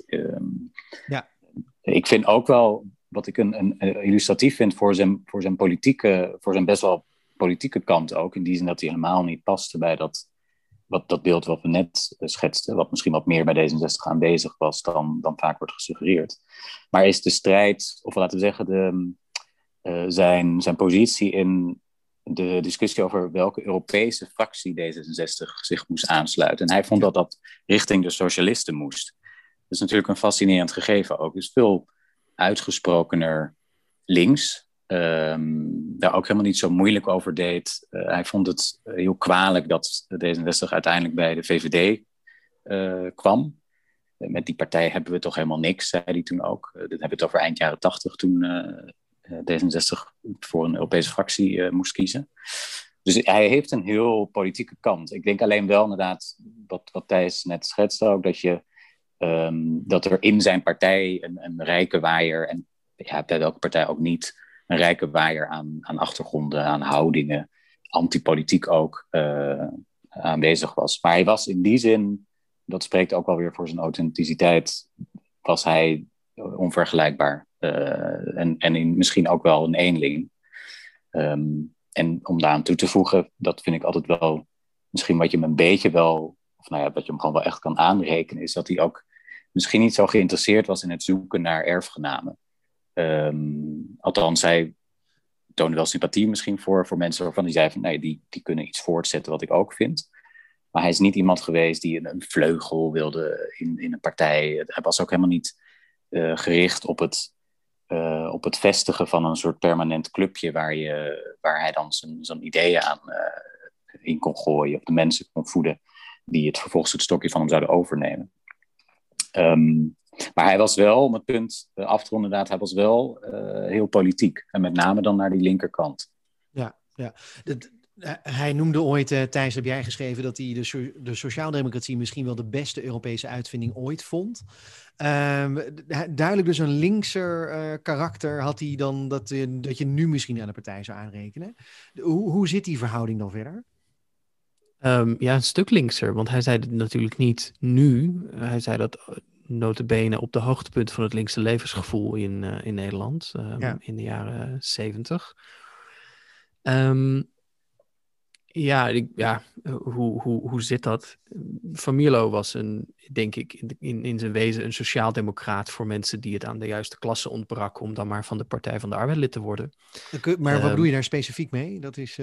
Ik vind ook wel, wat ik een illustratief vind voor zijn best wel politieke kant ook, in die zin dat hij helemaal niet paste bij dat beeld wat we net schetsten, wat misschien wat meer bij D66 aanwezig was dan vaak wordt gesuggereerd. Maar is de strijd, of laten we zeggen, zijn positie in de discussie over welke Europese fractie D66 zich moest aansluiten. En hij vond dat richting de socialisten moest. Dat is natuurlijk een fascinerend gegeven ook. Dus veel uitgesprokener links. Daar ook helemaal niet zo moeilijk over deed. Hij vond het heel kwalijk dat D66 uiteindelijk bij de VVD kwam. Met die partij hebben we toch helemaal niks, zei hij toen ook. Dat hebben we het over eind jaren 80 toen D66 voor een Europese fractie moest kiezen. Dus hij heeft een heel politieke kant. Ik denk alleen wel inderdaad, wat Thijs net schetste ook, dat er in zijn partij een rijke waaier, en bij welke partij ook niet, een rijke waaier aan achtergronden, aan houdingen, antipolitiek ook aanwezig was. Maar hij was in die zin, dat spreekt ook wel weer voor zijn authenticiteit, was hij onvergelijkbaar. En misschien ook wel een eenling. En om daaraan toe te voegen, dat vind ik altijd wel, misschien wat je hem een beetje wel, of wat je hem gewoon wel echt kan aanrekenen, is dat hij ook misschien niet zo geïnteresseerd was in het zoeken naar erfgenamen. Althans, hij toonde wel sympathie misschien voor mensen waarvan hij zei van nee, die kunnen iets voortzetten wat ik ook vind. Maar hij is niet iemand geweest die een vleugel wilde in een partij. Hij was ook helemaal niet gericht op het vestigen van een soort permanent clubje waar hij dan zijn ideeën aan in kon gooien, of de mensen kon voeden die het vervolgens het stokje van hem zouden overnemen. Maar hij was wel, om het punt af te ronden inderdaad, hij was wel heel politiek. En met name dan naar die linkerkant. Ja. Hij noemde ooit, Thijs, heb jij geschreven, dat hij de sociaaldemocratie misschien wel de beste Europese uitvinding ooit vond. Duidelijk dus een linkser karakter had hij dan dat je nu misschien aan de partij zou aanrekenen. Hoe zit die verhouding dan verder? Een stuk linkser, want hij zei het natuurlijk niet nu. Hij zei dat nota bene op de hoogtepunt van het linkse levensgevoel in Nederland in de jaren 70. Hoe zit dat? Van Mierlo was denk ik, in zijn wezen een sociaaldemocraat voor mensen die het aan de juiste klasse ontbrak om dan maar van de Partij van de Arbeid lid te worden. Maar wat bedoel je daar specifiek mee? Dat is...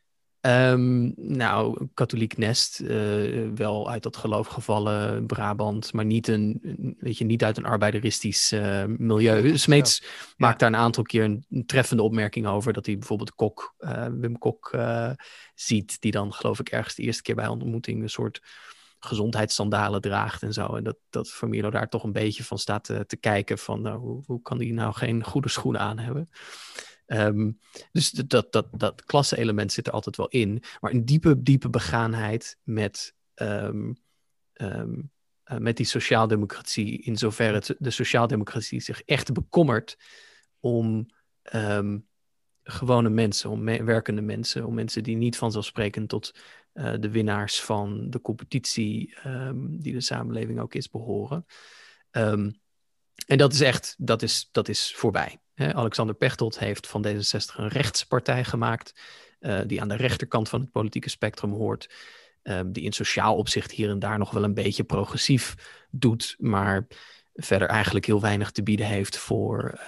een katholiek nest, wel uit dat geloof gevallen, Brabant, maar niet uit een arbeideristisch milieu. Smeets maakt daar een aantal keer een treffende opmerking over, dat hij bijvoorbeeld Wim Kok ziet, die dan geloof ik ergens de eerste keer bij een ontmoeting een soort gezondheidssandalen draagt en zo. En dat Van Mierlo daar toch een beetje van staat te kijken van hoe kan die nou geen goede schoenen aan hebben? Dus dat klasse-element zit er altijd wel in. Maar een diepe begaanheid met met die sociaaldemocratie, in zoverre de sociaaldemocratie zich echt bekommert om gewone mensen, om werkende mensen, om mensen die niet vanzelfsprekend tot de winnaars van de competitie die de samenleving ook is behoren. En dat is voorbij. Hè? Alexander Pechtold heeft van D66 een rechtspartij gemaakt, die aan de rechterkant van het politieke spectrum hoort, die in sociaal opzicht hier en daar nog wel een beetje progressief doet, maar verder eigenlijk heel weinig te bieden heeft voor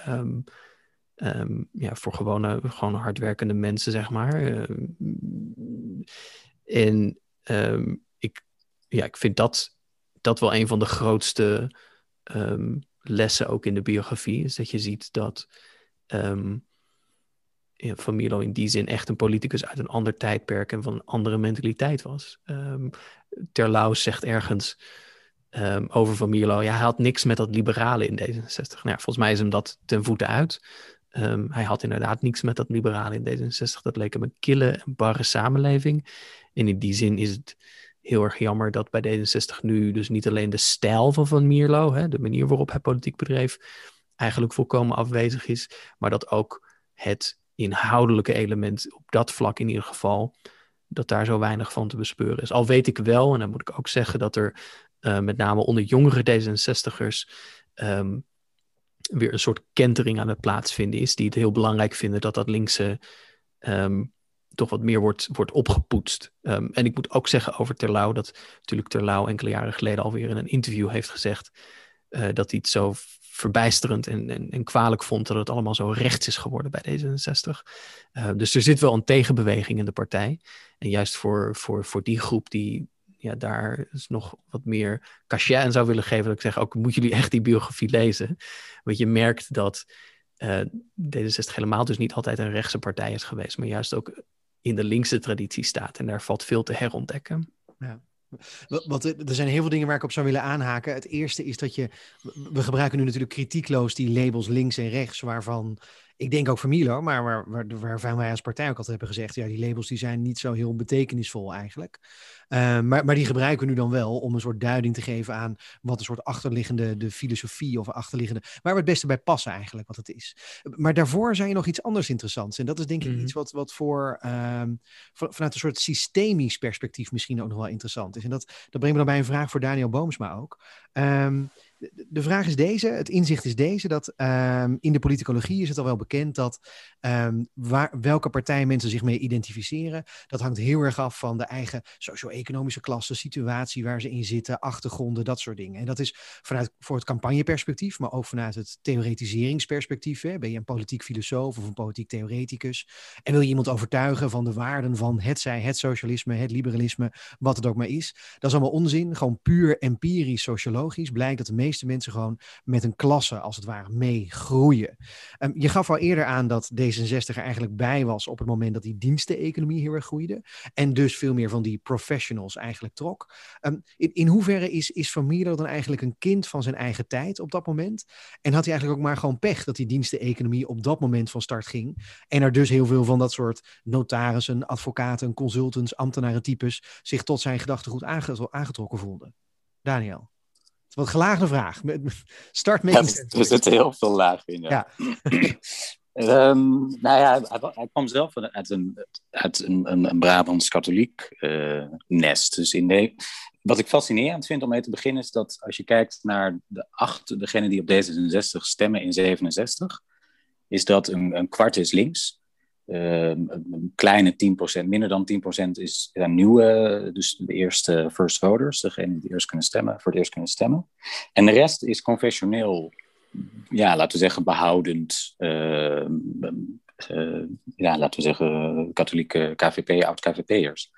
gewoon hardwerkende mensen, zeg maar. Ik vind dat wel een van de grootste lessen ook in de biografie, is dat je ziet dat Van Mierlo in die zin echt een politicus uit een ander tijdperk en van een andere mentaliteit was. Terlouw zegt ergens over Van Mierlo, hij had niks met dat liberale in D66. Nou ja, volgens mij is hem dat ten voeten uit. Hij had inderdaad niks met dat liberale in D66. Dat leek hem een kille en barre samenleving. En in die zin is het heel erg jammer dat bij D66 nu dus niet alleen de stijl van Mierlo, de manier waarop hij politiek bedreef, eigenlijk volkomen afwezig is, maar dat ook het inhoudelijke element op dat vlak in ieder geval, dat daar zo weinig van te bespeuren is. Al weet ik wel, en dan moet ik ook zeggen, dat er met name onder jongere D66'ers weer een soort kentering aan het plaatsvinden is, die het heel belangrijk vinden dat dat linkse toch wat meer wordt opgepoetst. En ik moet ook zeggen over Terlouw, dat natuurlijk Terlouw enkele jaren geleden alweer in een interview heeft gezegd dat hij het zo verbijsterend en kwalijk vond dat het allemaal zo rechts is geworden bij D66. Dus er zit wel een tegenbeweging in de partij. En juist voor die groep die daar dus nog wat meer cachet aan zou willen geven, dat ik zeg ook, moeten jullie echt die biografie lezen? Want je merkt dat D66 helemaal dus niet altijd een rechtse partij is geweest, maar juist ook in de linkse traditie staat. En daar valt veel te herontdekken. Ja. Er zijn heel veel dingen waar ik op zou willen aanhaken. Het eerste is dat we gebruiken nu natuurlijk kritiekloos die labels links en rechts, waarvan ik denk ook Van Mierlo, maar waarvan wij als partij ook altijd hebben gezegd, ja, die labels die zijn niet zo heel betekenisvol eigenlijk. Maar die gebruiken we nu dan wel om een soort duiding te geven aan wat een soort achterliggende de filosofie of achterliggende, waar we het beste bij passen eigenlijk, wat het is. Maar daarvoor zei je nog iets anders interessants. En dat is denk ik iets wat vanuit een soort systemisch perspectief misschien ook nog wel interessant is. En dat brengt me dan bij een vraag voor Daniel Boomsma ook. De vraag is deze, het inzicht is deze, dat in de politicologie is het al wel bekend dat welke partij mensen zich mee identificeren, dat hangt heel erg af van de eigen socio-economische klasse, situatie waar ze in zitten, achtergronden, dat soort dingen. En dat is voor het campagneperspectief, maar ook vanuit het theoretiseringsperspectief. Hè? Ben je een politiek filosoof of een politiek theoreticus en wil je iemand overtuigen van de waarden van het socialisme, het liberalisme, wat het ook maar is. Dat is allemaal onzin, gewoon puur empirisch sociologisch blijkt dat de meeste mensen gewoon met een klasse, als het ware, meegroeien. Je gaf al eerder aan dat D66 er eigenlijk bij was op het moment dat die diensteneconomie heel erg groeide en dus veel meer van die professionals eigenlijk trok. In hoeverre is Van Mierlo dan eigenlijk een kind van zijn eigen tijd op dat moment? En had hij eigenlijk ook maar gewoon pech dat die diensteneconomie op dat moment van start ging en er dus heel veel van dat soort notarissen, advocaten, consultants, ambtenarentypes zich tot zijn gedachtegoed aangetrokken voelden? Daniel? Wat gelaagde vraag. Start met er zitten heel veel lagen in. Ja. Hij kwam zelf uit een Brabants-katholiek nest. Dus wat ik fascinerend vind om mee te beginnen is dat als je kijkt naar degenen die op D66 stemmen in 67, is dat een kwart is links. Een kleine 10%, minder dan 10% zijn nieuwe, dus de eerste first voters, degene die voor het eerst kunnen stemmen. En de rest is confessioneel, laten we zeggen, behoudend, laten we zeggen, katholieke KVP, oud-KVP'ers.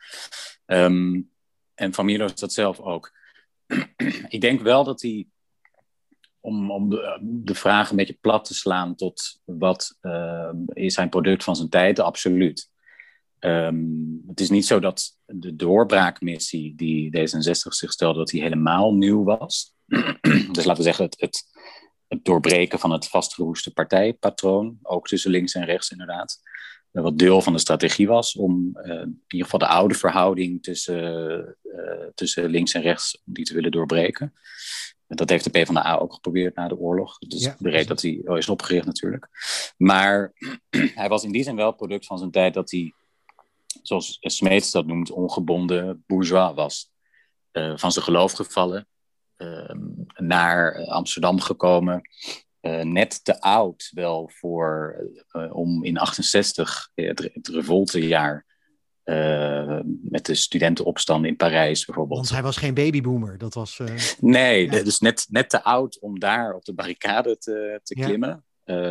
En Van Mierlo is dat zelf ook. Ik denk wel dat hij, om de vraag een beetje plat te slaan tot wat is zijn product van zijn tijd, absoluut. Het is niet zo dat de doorbraakmissie die D66 zich stelde, dat die helemaal nieuw was. Dus laten we zeggen het doorbreken van het vastgeroeste partijpatroon, ook tussen links en rechts inderdaad. wat deel van de strategie was om in ieder geval de oude verhouding tussen links en rechts, om die te willen doorbreken. Dat heeft de PvdA ook geprobeerd na de oorlog. Dus de reden dat hij is opgericht natuurlijk. Maar hij was in die zin wel het product van zijn tijd dat hij, zoals Smeets dat noemt, ongebonden bourgeois was. Van zijn geloof gevallen, naar Amsterdam gekomen. Net te oud wel om in 68, het revoltejaar, met de studentenopstand in Parijs bijvoorbeeld. Want hij was geen babyboomer, dat was... Nee, dus net te oud om daar op de barricade te klimmen.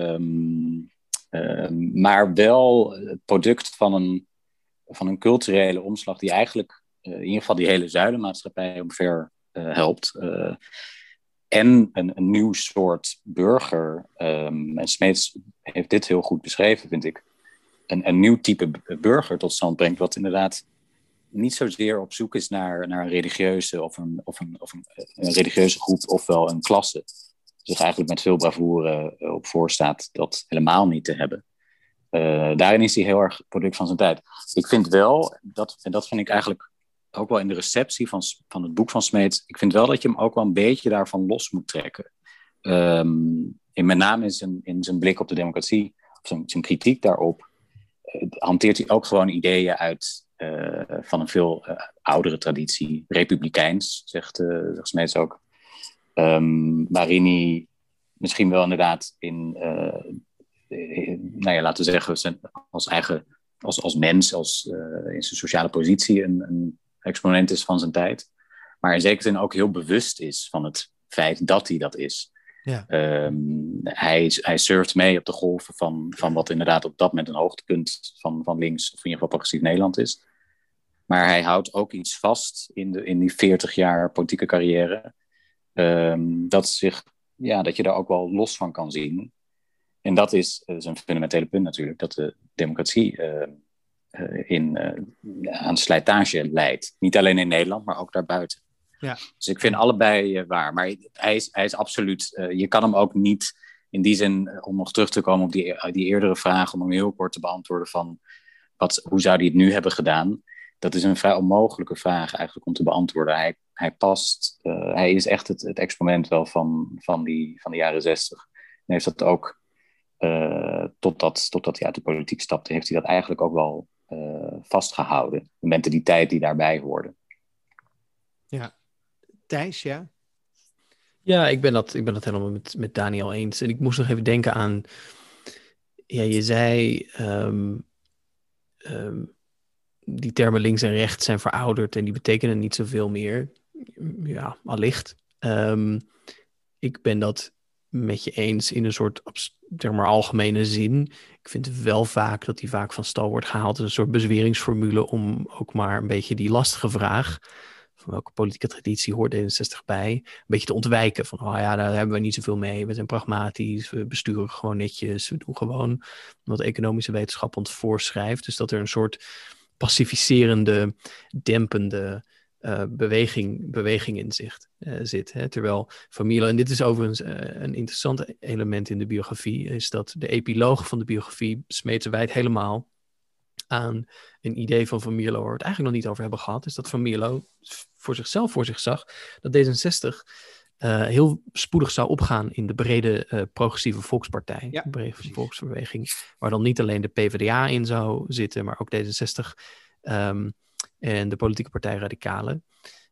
Maar wel het product van een culturele omslag die eigenlijk in ieder geval die hele zuilenmaatschappij omver helpt. En een nieuw soort burger. En Smeets heeft dit heel goed beschreven, vind ik. Een nieuw type burger tot stand brengt, wat inderdaad niet zozeer op zoek is naar een religieuze of een religieuze groep ofwel een klasse. Zich eigenlijk met veel bravoure op voorstaat dat helemaal niet te hebben. Daarin is hij heel erg product van zijn tijd. Ik vind wel, en dat vind ik eigenlijk ook wel in de receptie van het boek van Smeets, ik vind wel dat je hem ook wel een beetje daarvan los moet trekken. Met name in zijn blik op de democratie, of zijn kritiek daarop, hanteert hij ook gewoon ideeën uit van een veel oudere traditie, republikeins, zegt Smeets ook. Waarin hij misschien wel inderdaad laten we zeggen, als mens, in zijn sociale positie een exponent is van zijn tijd. Maar in zekere zin ook heel bewust is van het feit dat hij dat is. Ja. Hij surft mee op de golven van wat inderdaad op dat moment een hoogtepunt van links, of in ieder geval progressief Nederland is. Maar hij houdt ook iets vast in die 40 jaar politieke carrière. Dat je daar ook wel los van kan zien. En dat is een fundamentele punt natuurlijk, dat de democratie aan slijtage leidt. Niet alleen in Nederland, maar ook daarbuiten. Ja. Dus ik vind allebei waar. Maar hij is absoluut... je kan hem ook niet in die zin, om nog terug te komen op die eerdere vraag, om hem heel kort te beantwoorden van hoe zou hij het nu hebben gedaan? Dat is een vrij onmogelijke vraag eigenlijk om te beantwoorden. Hij is echt het exponent wel van de jaren 60. En heeft dat ook, totdat hij uit de politiek stapte, heeft hij dat eigenlijk ook wel vastgehouden. De mentaliteit die daarbij hoorde. Ja. Thijs, ja? Ja, ik ben dat helemaal met Daniel eens. En ik moest nog even denken aan... Ja, je zei... die termen links en rechts zijn verouderd en die betekenen niet zoveel meer. Ja, allicht. Ik ben dat met je eens in een soort algemene zin. Ik vind wel vaak dat die vaak van stal wordt gehaald als een soort bezweringsformule om ook maar een beetje die lastige vraag, van welke politieke traditie hoort D66 bij, een beetje te ontwijken. Van, daar hebben we niet zoveel mee. We zijn pragmatisch, we besturen gewoon netjes, we doen gewoon wat economische wetenschap ons voorschrijft. Dus dat er een soort pacificerende, dempende beweging in zit. Hè? Terwijl Van Mierlo, en dit is overigens een interessant element in de biografie, is dat de epiloog van de biografie Smeets wijdt helemaal aan een idee van Mierlo, waar we het eigenlijk nog niet over hebben gehad, is dat Van Mierlo voor zich zag dat D66 heel spoedig zou opgaan in de brede progressieve volkspartij, de brede volksbeweging, waar dan niet alleen de PvdA in zou zitten, maar ook D66 en de politieke partij Radicalen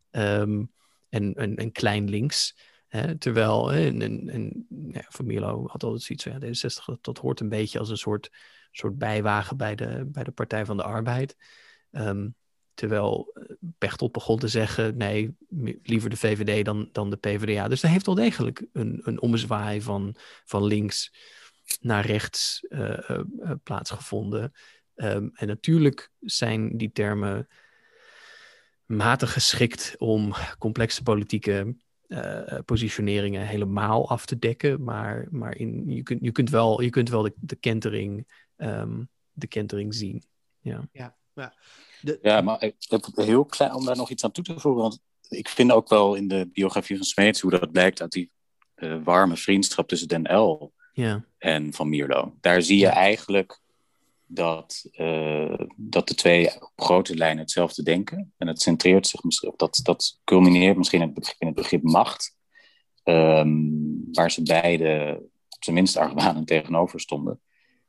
en klein links. Terwijl Van Mierlo had altijd zoiets van D66, dat hoort een beetje als een soort bijwagen bij de Partij van de Arbeid. Terwijl Pechtold begon te zeggen, nee, liever de VVD dan de PvdA. Dus er heeft wel degelijk een ommezwaai van links naar rechts plaatsgevonden. En natuurlijk zijn die termen matig geschikt om complexe politieke positioneringen helemaal af te dekken. Maar je kunt wel de kentering zien. Ja. Maar heel klein om daar nog iets aan toe te voegen. Want ik vind ook wel in de biografie van Smeets hoe dat blijkt uit die warme vriendschap tussen Den Uyl en Van Mierlo. Daar zie je eigenlijk dat de twee op grote lijnen hetzelfde denken. En het centreert zich misschien, dat culmineert misschien in het begrip macht. Waar ze beide op zijn minst argwanend tegenover stonden.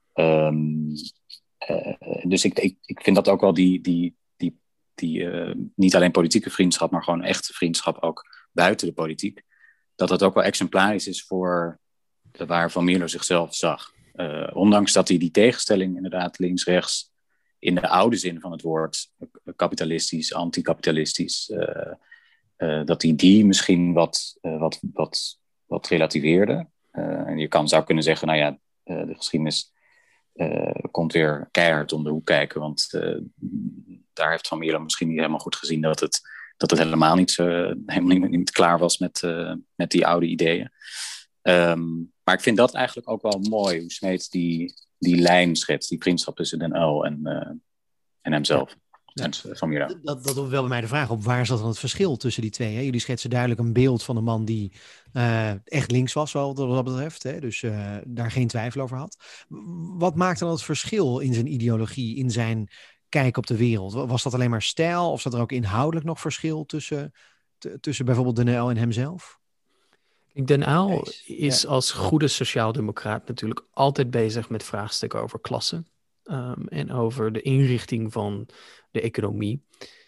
Dus ik vind dat ook wel die niet alleen politieke vriendschap, maar gewoon echte vriendschap ook buiten de politiek. Dat ook wel exemplarisch is voor waar Van Mierlo zichzelf zag. Ondanks dat hij die tegenstelling inderdaad links-rechts in de oude zin van het woord, kapitalistisch, anticapitalistisch, dat hij die misschien wat relativeerde. En je zou kunnen zeggen, nou ja, de geschiedenis komt weer keihard om de hoek kijken, want daar heeft Van Mierlo misschien niet helemaal goed gezien dat het helemaal niet klaar was met die oude ideeën. Maar ik vind dat eigenlijk ook wel mooi, hoe Smeets die lijn schetst, die vriendschap tussen Den Uyl en hemzelf. En Van Mierlo. Dat doet wel bij mij de vraag op, waar zat dan het verschil tussen die twee? Hè? Jullie schetsen duidelijk een beeld van een man die echt links was, wat dat betreft. Hè? Dus daar geen twijfel over had. Wat maakt dan het verschil in zijn ideologie, in zijn kijk op de wereld? Was dat alleen maar stijl, of zat er ook inhoudelijk nog verschil tussen bijvoorbeeld Den Uyl en hemzelf? Den Uyl is als goede sociaaldemocraat natuurlijk altijd bezig met vraagstukken over klasse. En over de inrichting van de economie.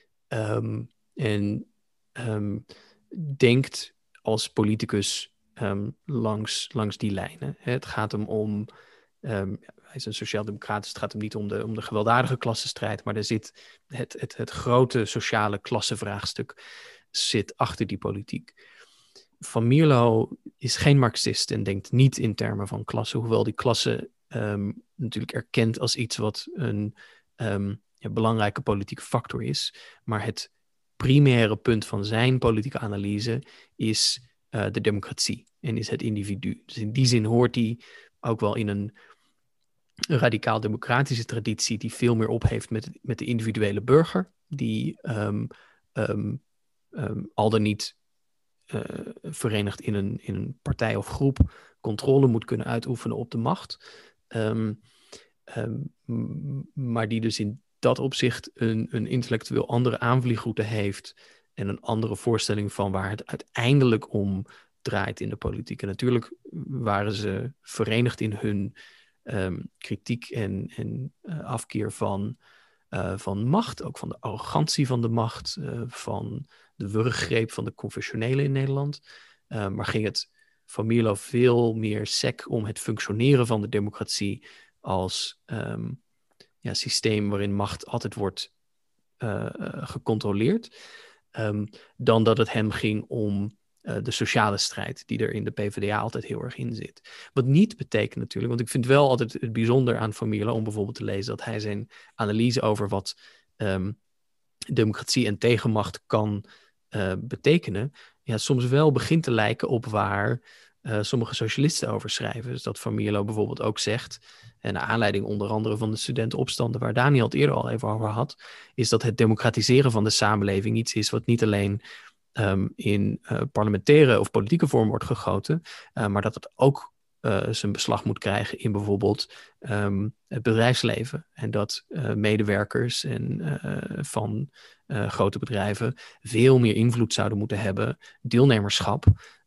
Denkt als politicus langs die lijnen. Het gaat hem om... hij is een sociaaldemocraat, dus het gaat hem niet om de gewelddadige klassenstrijd, maar er zit het grote sociale klassenvraagstuk zit achter die politiek. Van Mierlo is geen Marxist en denkt niet in termen van klasse, hoewel die klasse natuurlijk erkent als iets wat een belangrijke politieke factor is. Maar het primaire punt van zijn politieke analyse is de democratie en is het individu. Dus in die zin hoort hij ook wel in een radicaal-democratische traditie die veel meer op heeft met de individuele burger, die al dan niet verenigd in een partij of groep controle moet kunnen uitoefenen op de macht. Maar die dus in dat opzicht een intellectueel andere aanvliegroute heeft en een andere voorstelling van waar het uiteindelijk om draait in de politiek. En natuurlijk waren ze verenigd in hun kritiek en afkeer van macht, ook van de arrogantie van de macht, van de wurggreep van de confessionelen in Nederland. Maar ging het Van Mierlo veel meer sec om het functioneren van de democratie als systeem waarin macht altijd wordt gecontroleerd, dan dat het hem ging om de sociale strijd die er in de PvdA altijd heel erg in zit. Wat niet betekent natuurlijk, want ik vind wel altijd het bijzonder aan Van Mierlo om bijvoorbeeld te lezen dat hij zijn analyse over wat democratie en tegenmacht kan betekenen, soms wel begint te lijken op waar sommige socialisten over schrijven. Dus dat Van Mierlo bijvoorbeeld ook zegt, en naar aanleiding onder andere van de studentenopstanden waar Daniel het eerder al even over had, is dat het democratiseren van de samenleving iets is wat niet alleen in parlementaire of politieke vorm wordt gegoten, maar dat het ook zijn beslag moet krijgen in bijvoorbeeld het bedrijfsleven. En dat medewerkers van grote bedrijven veel meer invloed zouden moeten hebben, deelnemerschap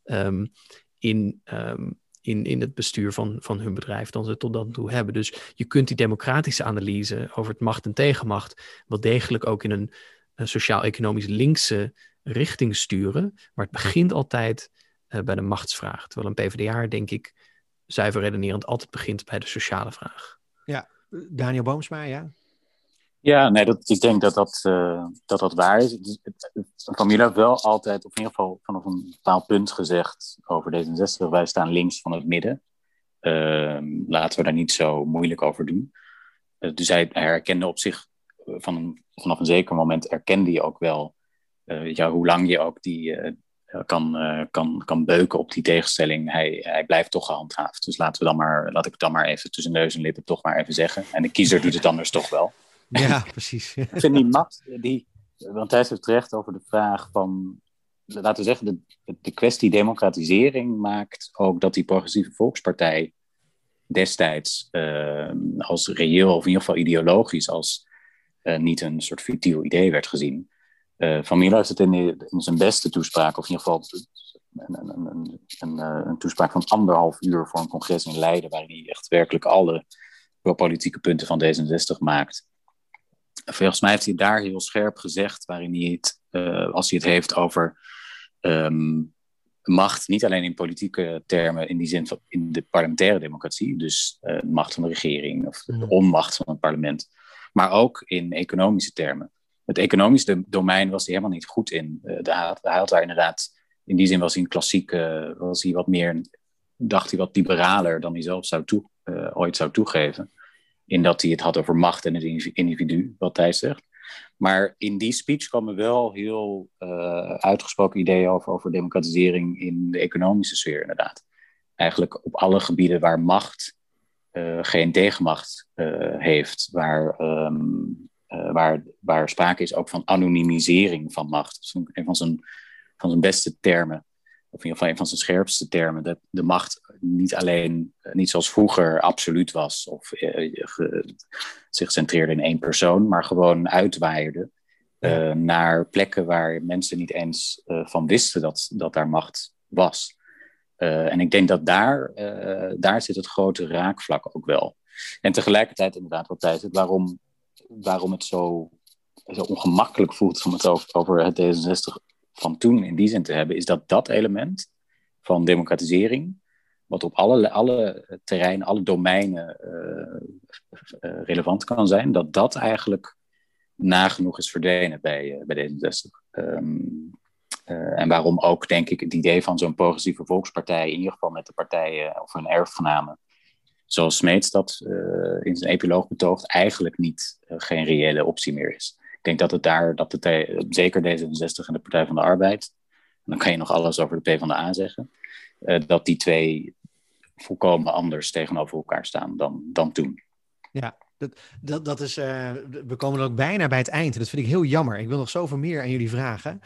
in het bestuur van hun bedrijf dan ze tot dan toe hebben. Dus je kunt die democratische analyse over het macht en tegenmacht wel degelijk ook in een sociaal-economisch linkse richting sturen, maar het begint altijd bij de machtsvraag. Terwijl een PvdA, denk ik, zuiver redenerend altijd begint bij de sociale vraag. Ja, Daniel Boomsma, ja? Ja, nee, ik denk dat waar is. Van Mierlo heeft wel altijd, of in ieder geval vanaf een bepaald punt gezegd over D66, wij staan links van het midden. Laten we daar niet zo moeilijk over doen. Dus hij herkende op zich, vanaf een zeker moment erkende hij ook wel hoe lang je ook die kan beuken op die tegenstelling. Hij blijft toch gehandhaafd. Dus laat ik het dan maar even tussen neus en lippen toch maar even zeggen. En de kiezer doet het anders toch wel. Ja, precies. Ik vind die macht, want hij heeft terecht over de vraag van, laten we zeggen, de kwestie democratisering maakt ook dat die Progressieve Volkspartij destijds als reëel, of in ieder geval ideologisch, als niet een soort futiel idee werd gezien. Van Milo heeft het in zijn beste toespraak, of in ieder geval een toespraak van 1,5 uur voor een congres in Leiden, waarin hij echt werkelijk alle politieke punten van D66 maakt. Volgens mij heeft hij daar heel scherp gezegd, waarin hij het, als hij het heeft over macht, niet alleen in politieke termen, in die zin van in de parlementaire democratie, dus de macht van de regering of de onmacht van het parlement, maar ook in economische termen. Het economische domein was hij helemaal niet goed in. Hij had daar inderdaad, in die zin was hij een klassieke, was hij wat meer, dacht hij wat liberaler dan hij zelf ooit zou toegeven. In dat hij het had over macht en het individu, wat hij zegt. Maar in die speech komen wel heel uitgesproken ideeën over democratisering in de economische sfeer, inderdaad. Eigenlijk op alle gebieden waar macht geen tegenmacht heeft, waar sprake is ook van anonimisering van macht. Dat is een van zijn beste termen, of in ieder geval een van zijn scherpste termen, dat de macht niet zoals vroeger absoluut was of zich centreerde in één persoon, maar gewoon uitwaaide naar plekken waar mensen niet eens van wisten dat daar macht was. En ik denk dat daar zit het grote raakvlak ook wel. En tegelijkertijd inderdaad wat hij zegt, waarom het zo ongemakkelijk voelt om het over het D66 van toen in die zin te hebben, is dat element van democratisering, wat op alle terreinen, alle domeinen relevant kan zijn, dat eigenlijk nagenoeg is verdwenen bij D66. En waarom ook, denk ik, het idee van zo'n progressieve volkspartij, in ieder geval met de partijen of hun erfgenamen, zoals Smeets dat in zijn epiloog betoogt, eigenlijk geen reële optie meer is. Ik denk dat het zeker D66 en de Partij van de Arbeid, en dan kan je nog alles over de PvdA zeggen, dat die twee volkomen anders tegenover elkaar staan dan toen. Ja, dat is, we komen dan ook bijna bij het eind. En dat vind ik heel jammer. Ik wil nog zoveel meer aan jullie vragen.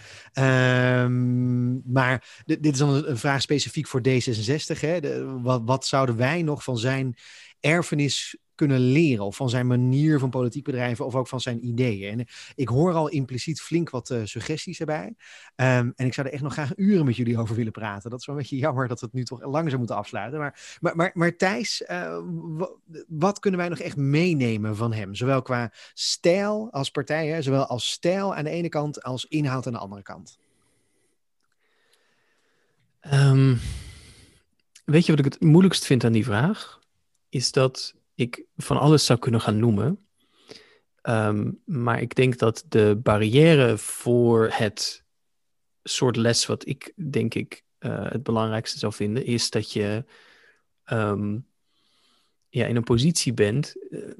Maar dit is dan een vraag specifiek voor D66. Hè? Wat zouden wij nog van zijn erfenis kunnen leren? Of van zijn manier van politiek bedrijven, of ook van zijn ideeën? En ik hoor al impliciet flink wat suggesties erbij. En ik zou er echt nog graag uren met jullie over willen praten. Dat is wel een beetje jammer dat we het nu toch langzaam moeten afsluiten. Maar Thijs, wat kunnen wij nog echt meenemen van hem? Zowel qua stijl als partij, hè? Zowel als stijl aan de ene kant als inhoud aan de andere kant. Weet je wat ik het moeilijkst vind aan die vraag? Is dat ik van alles zou kunnen gaan noemen. Maar ik denk dat de barrière voor het soort les wat ik, denk ik, het belangrijkste zou vinden, is dat je in een positie bent.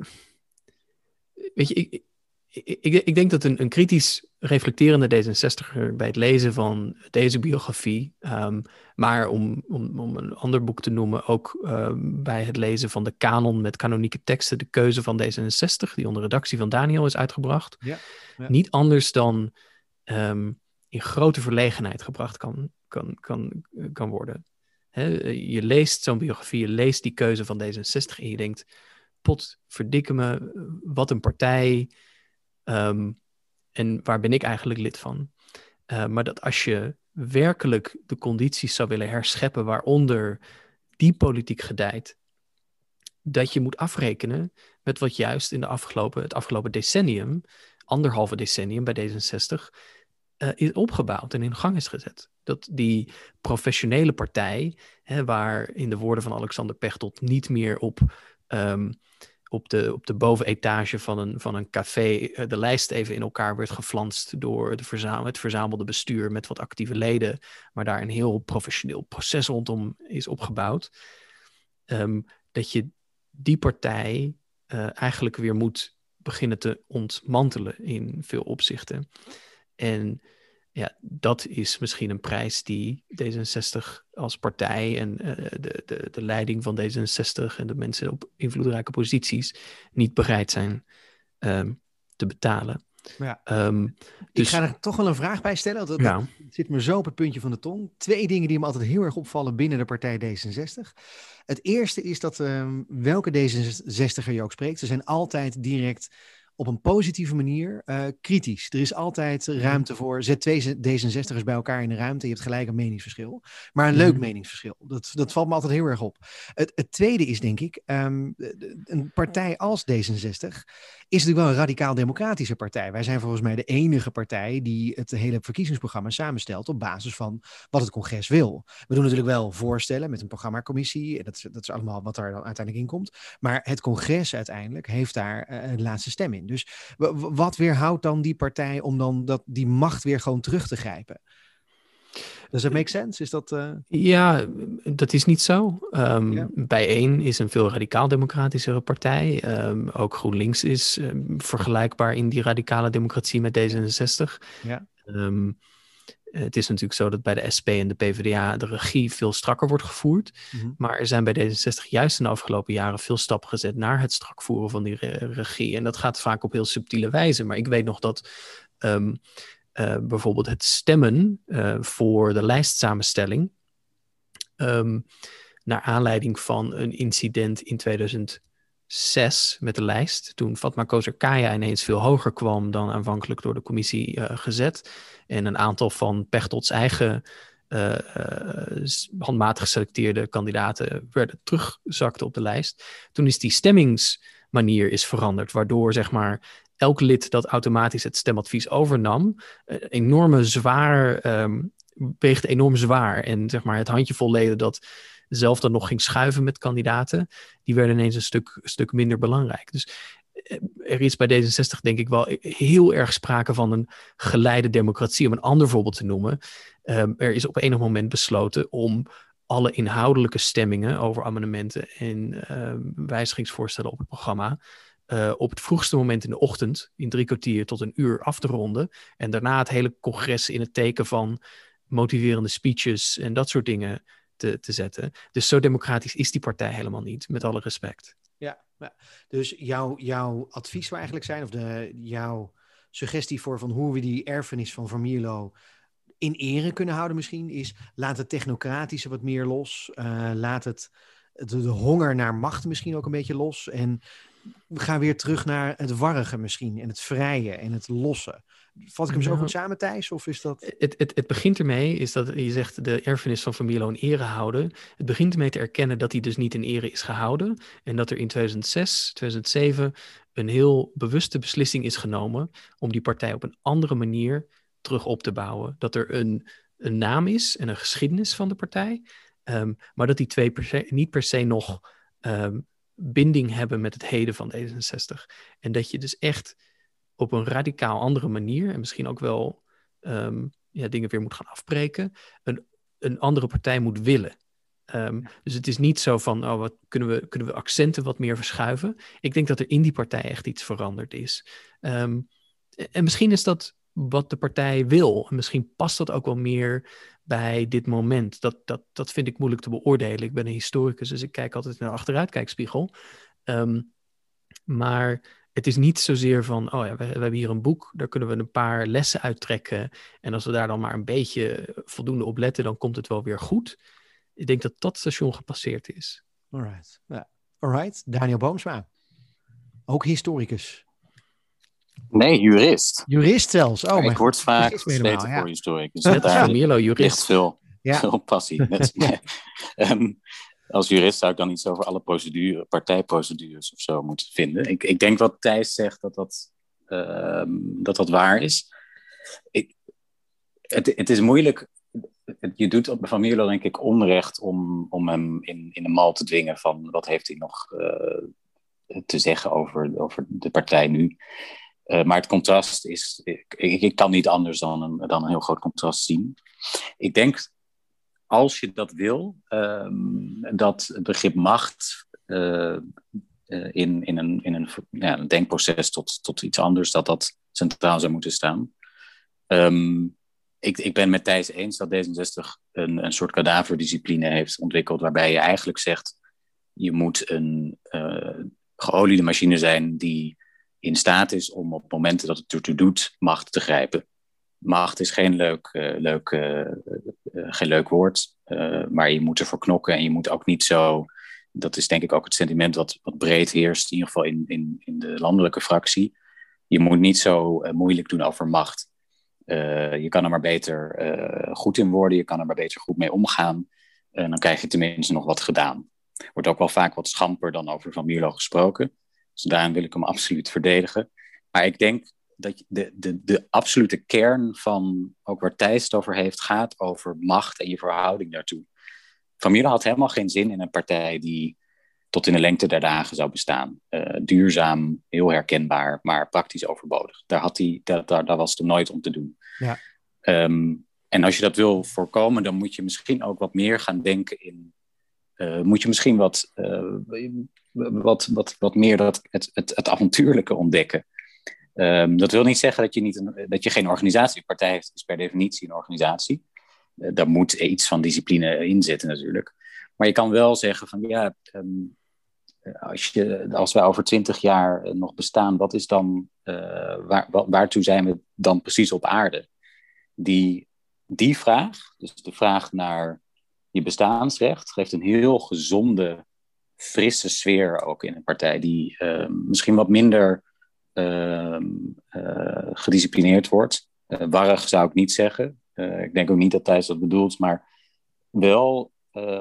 Weet je, ik denk dat een kritisch reflecterende D66er bij het lezen van deze biografie, maar om een ander boek te noemen, ook bij het lezen van de kanon met kanonieke teksten, de keuze van D66, die onder redactie van Daniel is uitgebracht, niet anders dan in grote verlegenheid gebracht kan worden. Hè, je leest zo'n biografie, je leest die keuze van D66 en je denkt, potverdikke me, wat een partij. En waar ben ik eigenlijk lid van? Maar dat als je werkelijk de condities zou willen herscheppen waaronder die politiek gedijt, dat je moet afrekenen met wat juist in het afgelopen decennium, 1,5 decennium bij D66, is opgebouwd en in gang is gezet. Dat die professionele partij, waar in de woorden van Alexander Pechtold niet meer op de bovenetage van een café de lijst even in elkaar werd geflanst door het verzamelde bestuur met wat actieve leden, maar daar een heel professioneel proces rondom is opgebouwd. Dat je die partij eigenlijk weer moet beginnen te ontmantelen in veel opzichten. En ja, dat is misschien een prijs die D66 als partij en de leiding van D66 en de mensen op invloedrijke posities niet bereid zijn te betalen. Ja. Dus, ik ga er toch wel een vraag bij stellen. Dat zit me zo op het puntje van de tong. 2 dingen die me altijd heel erg opvallen binnen de partij D66. Het eerste is dat welke D66er je ook spreekt, ze zijn altijd direct op een positieve manier kritisch. Er is altijd ruimte voor. Zet 2 D66'ers bij elkaar in de ruimte. Je hebt gelijk een meningsverschil. Maar een leuk meningsverschil. Dat valt me altijd heel erg op. Het tweede is, denk ik, een partij als D66 is natuurlijk wel een radicaal-democratische partij. Wij zijn volgens mij de enige partij die het hele verkiezingsprogramma samenstelt op basis van wat het congres wil. We doen natuurlijk wel voorstellen met een programmacommissie. Dat is allemaal wat er dan uiteindelijk in komt. Maar het congres uiteindelijk heeft daar een laatste stem in. Dus wat weerhoudt dan die partij om dan die macht weer gewoon terug te grijpen? Does that make sense? Is dat... Ja, dat is niet zo. Bijeen is een veel radicaal-democratischere partij. Ook GroenLinks is vergelijkbaar in die radicale democratie met D66. Ja. Het is natuurlijk zo dat bij de SP en de PvdA de regie veel strakker wordt gevoerd. Mm-hmm. Maar er zijn bij D66 juist in de afgelopen jaren veel stappen gezet naar het strak voeren van die regie. En dat gaat vaak op heel subtiele wijze. Maar ik weet nog dat bijvoorbeeld het stemmen voor de lijstsamenstelling, naar aanleiding van een incident in 2006 met de lijst, toen Fatma Kozer-Kaya ineens veel hoger kwam dan aanvankelijk door de commissie gezet. En een aantal van Pechtold's eigen handmatig geselecteerde kandidaten werden teruggezakt op de lijst. Toen is die stemmingsmanier veranderd, waardoor zeg maar elk lid dat automatisch het stemadvies overnam, weegde enorm zwaar. En zeg maar het handjevol leden dat zelf dan nog ging schuiven met kandidaten, die werden ineens een stuk minder belangrijk. Dus er is bij D66 denk ik wel heel erg sprake van een geleide democratie. Om een ander voorbeeld te noemen, er is op enig moment besloten om alle inhoudelijke stemmingen over amendementen en wijzigingsvoorstellen op het programma op het vroegste moment in de ochtend, in 3 kwartier tot 1 uur af te ronden. En daarna het hele congres in het teken van motiverende speeches en dat soort dingen te zetten. Dus zo democratisch is die partij helemaal niet, met alle respect. Ja, dus jouw advies zou eigenlijk zijn, of jouw suggestie van hoe we die erfenis van Van Mierlo in ere kunnen houden misschien, is laat het technocratische wat meer los. Laat de honger naar macht misschien ook een beetje los. En we gaan weer terug naar het warrige misschien en het vrije en het losse. Vat ik hem zo goed samen, Thijs? Of is dat... Het begint ermee, is dat je zegt de erfenis van Van Mierlo in ere houden. Het begint ermee te erkennen dat hij dus niet in ere is gehouden. En dat er in 2006, 2007 een heel bewuste beslissing is genomen om die partij op een andere manier terug op te bouwen. Dat er een naam is en een geschiedenis van de partij. Maar dat die twee niet per se nog binding hebben met het heden van D66. En dat je dus echt op een radicaal andere manier, en misschien ook wel dingen weer moet gaan afbreken, een andere partij moet willen. Dus het is niet zo van, wat kunnen we accenten wat meer verschuiven. Ik denk dat er in die partij echt iets veranderd is. En misschien is dat wat de partij wil. En misschien past dat ook wel meer bij dit moment. Dat vind ik moeilijk te beoordelen. Ik ben een historicus, dus ik kijk altijd naar de achteruitkijkspiegel. Maar het is niet zozeer van, we hebben hier een boek, daar kunnen we een paar lessen uittrekken. En als we daar dan maar een beetje voldoende op letten, dan komt het wel weer goed. Ik denk dat dat station gepasseerd is. Alright. Ja. Alright. Daniel Boomsma. Ook historicus. Nee, jurist. Jurist zelfs. Oh, ik word vaak versleten voor historicus. Net als Van Mierlo, jurist. Ligt veel passie. Als jurist zou ik dan iets over alle partijprocedures of zo moeten vinden. Ik denk wat Thijs zegt, dat waar is. Het is moeilijk. Je doet Van Mierlo denk ik onrecht om hem in de mal te dwingen van wat heeft hij nog te zeggen over de partij nu. Maar het contrast is... Ik kan niet anders dan een heel groot contrast zien. Ik denk, als je dat wil, dat het begrip macht in een denkproces tot iets anders, dat centraal zou moeten staan. Ik ben met Thijs eens dat D66 een soort kadaverdiscipline heeft ontwikkeld, waarbij je eigenlijk zegt, je moet een geoliede machine zijn die in staat is om op momenten dat het ertoe doet macht te grijpen. Macht is geen leuk woord, maar je moet ervoor knokken en je moet ook niet zo... Dat is denk ik ook het sentiment wat breed heerst, in ieder geval in de landelijke fractie. Je moet niet zo moeilijk doen over macht. Je kan er maar beter goed in worden, je kan er maar beter goed mee omgaan. En dan krijg je tenminste nog wat gedaan. Er wordt ook wel vaak wat schamper dan over Van Mierlo gesproken. Dus daarin wil ik hem absoluut verdedigen. Maar ik denk dat de absolute kern van, ook waar Thijs het over heeft, gaat over macht en je verhouding daartoe. Van Mierlo had helemaal geen zin in een partij die tot in de lengte der dagen zou bestaan. Duurzaam, heel herkenbaar, maar praktisch overbodig. Daar was het nooit om te doen. Ja. En als je dat wil voorkomen, dan moet je misschien ook wat meer gaan denken in... moet je misschien wat meer het avontuurlijke ontdekken. Dat wil niet zeggen dat je geen organisatie... Een partij heeft, is per definitie een organisatie. Daar moet iets van discipline in zitten natuurlijk. Maar je kan wel zeggen van ja... Als wij over 20 jaar nog bestaan, wat is dan... waartoe zijn we dan precies op aarde? Die vraag, dus de vraag naar je bestaansrecht, geeft een heel gezonde, frisse sfeer ook in een partij die misschien wat minder gedisciplineerd wordt. Warrig zou ik niet zeggen. Ik denk ook niet dat Thijs dat bedoelt, maar wel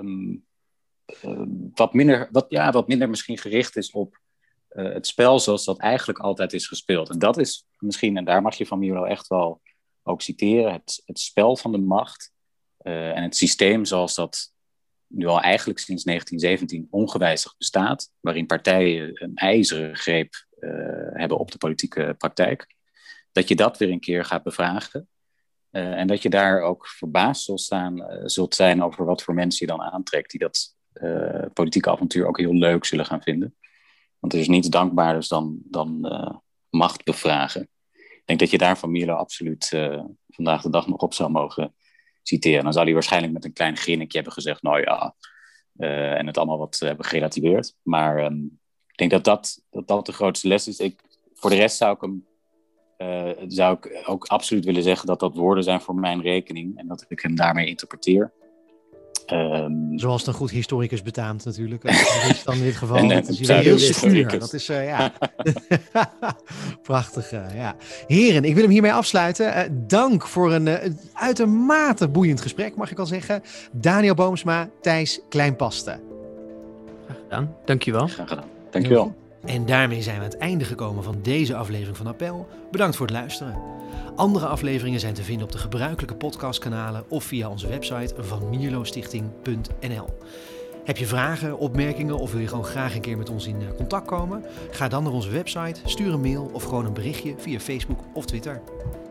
wat minder misschien gericht is op het spel zoals dat eigenlijk altijd is gespeeld. En dat is misschien, en daar mag je Van Mierlo echt wel ook citeren, het spel van de macht en het systeem zoals dat nu al eigenlijk sinds 1917 ongewijzigd bestaat, waarin partijen een ijzeren greep hebben op de politieke praktijk, dat je dat weer een keer gaat bevragen en dat je daar ook verbaasd zult zijn over wat voor mensen je dan aantrekt die dat politieke avontuur ook heel leuk zullen gaan vinden. Want er is niets dankbaarders dan macht bevragen. Ik denk dat je daar Van Mierlo absoluut vandaag de dag nog op zou mogen citeren. Dan zou hij waarschijnlijk met een klein grinnikje hebben gezegd, nou ja, en het allemaal wat hebben gerelativeerd. Maar ik denk dat de grootste les is. Voor de rest zou ik ook absoluut willen zeggen dat woorden zijn voor mijn rekening en dat ik hem daarmee interpreteer. Zoals het een goed historicus betaamt natuurlijk. Dat is dan in dit geval. En heel secuur. Dat is ja. Prachtig. Ja. Heren, ik wil hem hiermee afsluiten. Dank voor een uitermate boeiend gesprek, mag ik al zeggen. Daniel Boomsma, Thijs Kleinpaste. Graag gedaan. Dankjewel. Graag gedaan. Dankjewel. En daarmee zijn we aan het einde gekomen van deze aflevering van Appel. Bedankt voor het luisteren. Andere afleveringen zijn te vinden op de gebruikelijke podcastkanalen of via onze website vanmierlostichting.nl. Heb je vragen, opmerkingen of wil je gewoon graag een keer met ons in contact komen? Ga dan naar onze website, stuur een mail of gewoon een berichtje via Facebook of Twitter.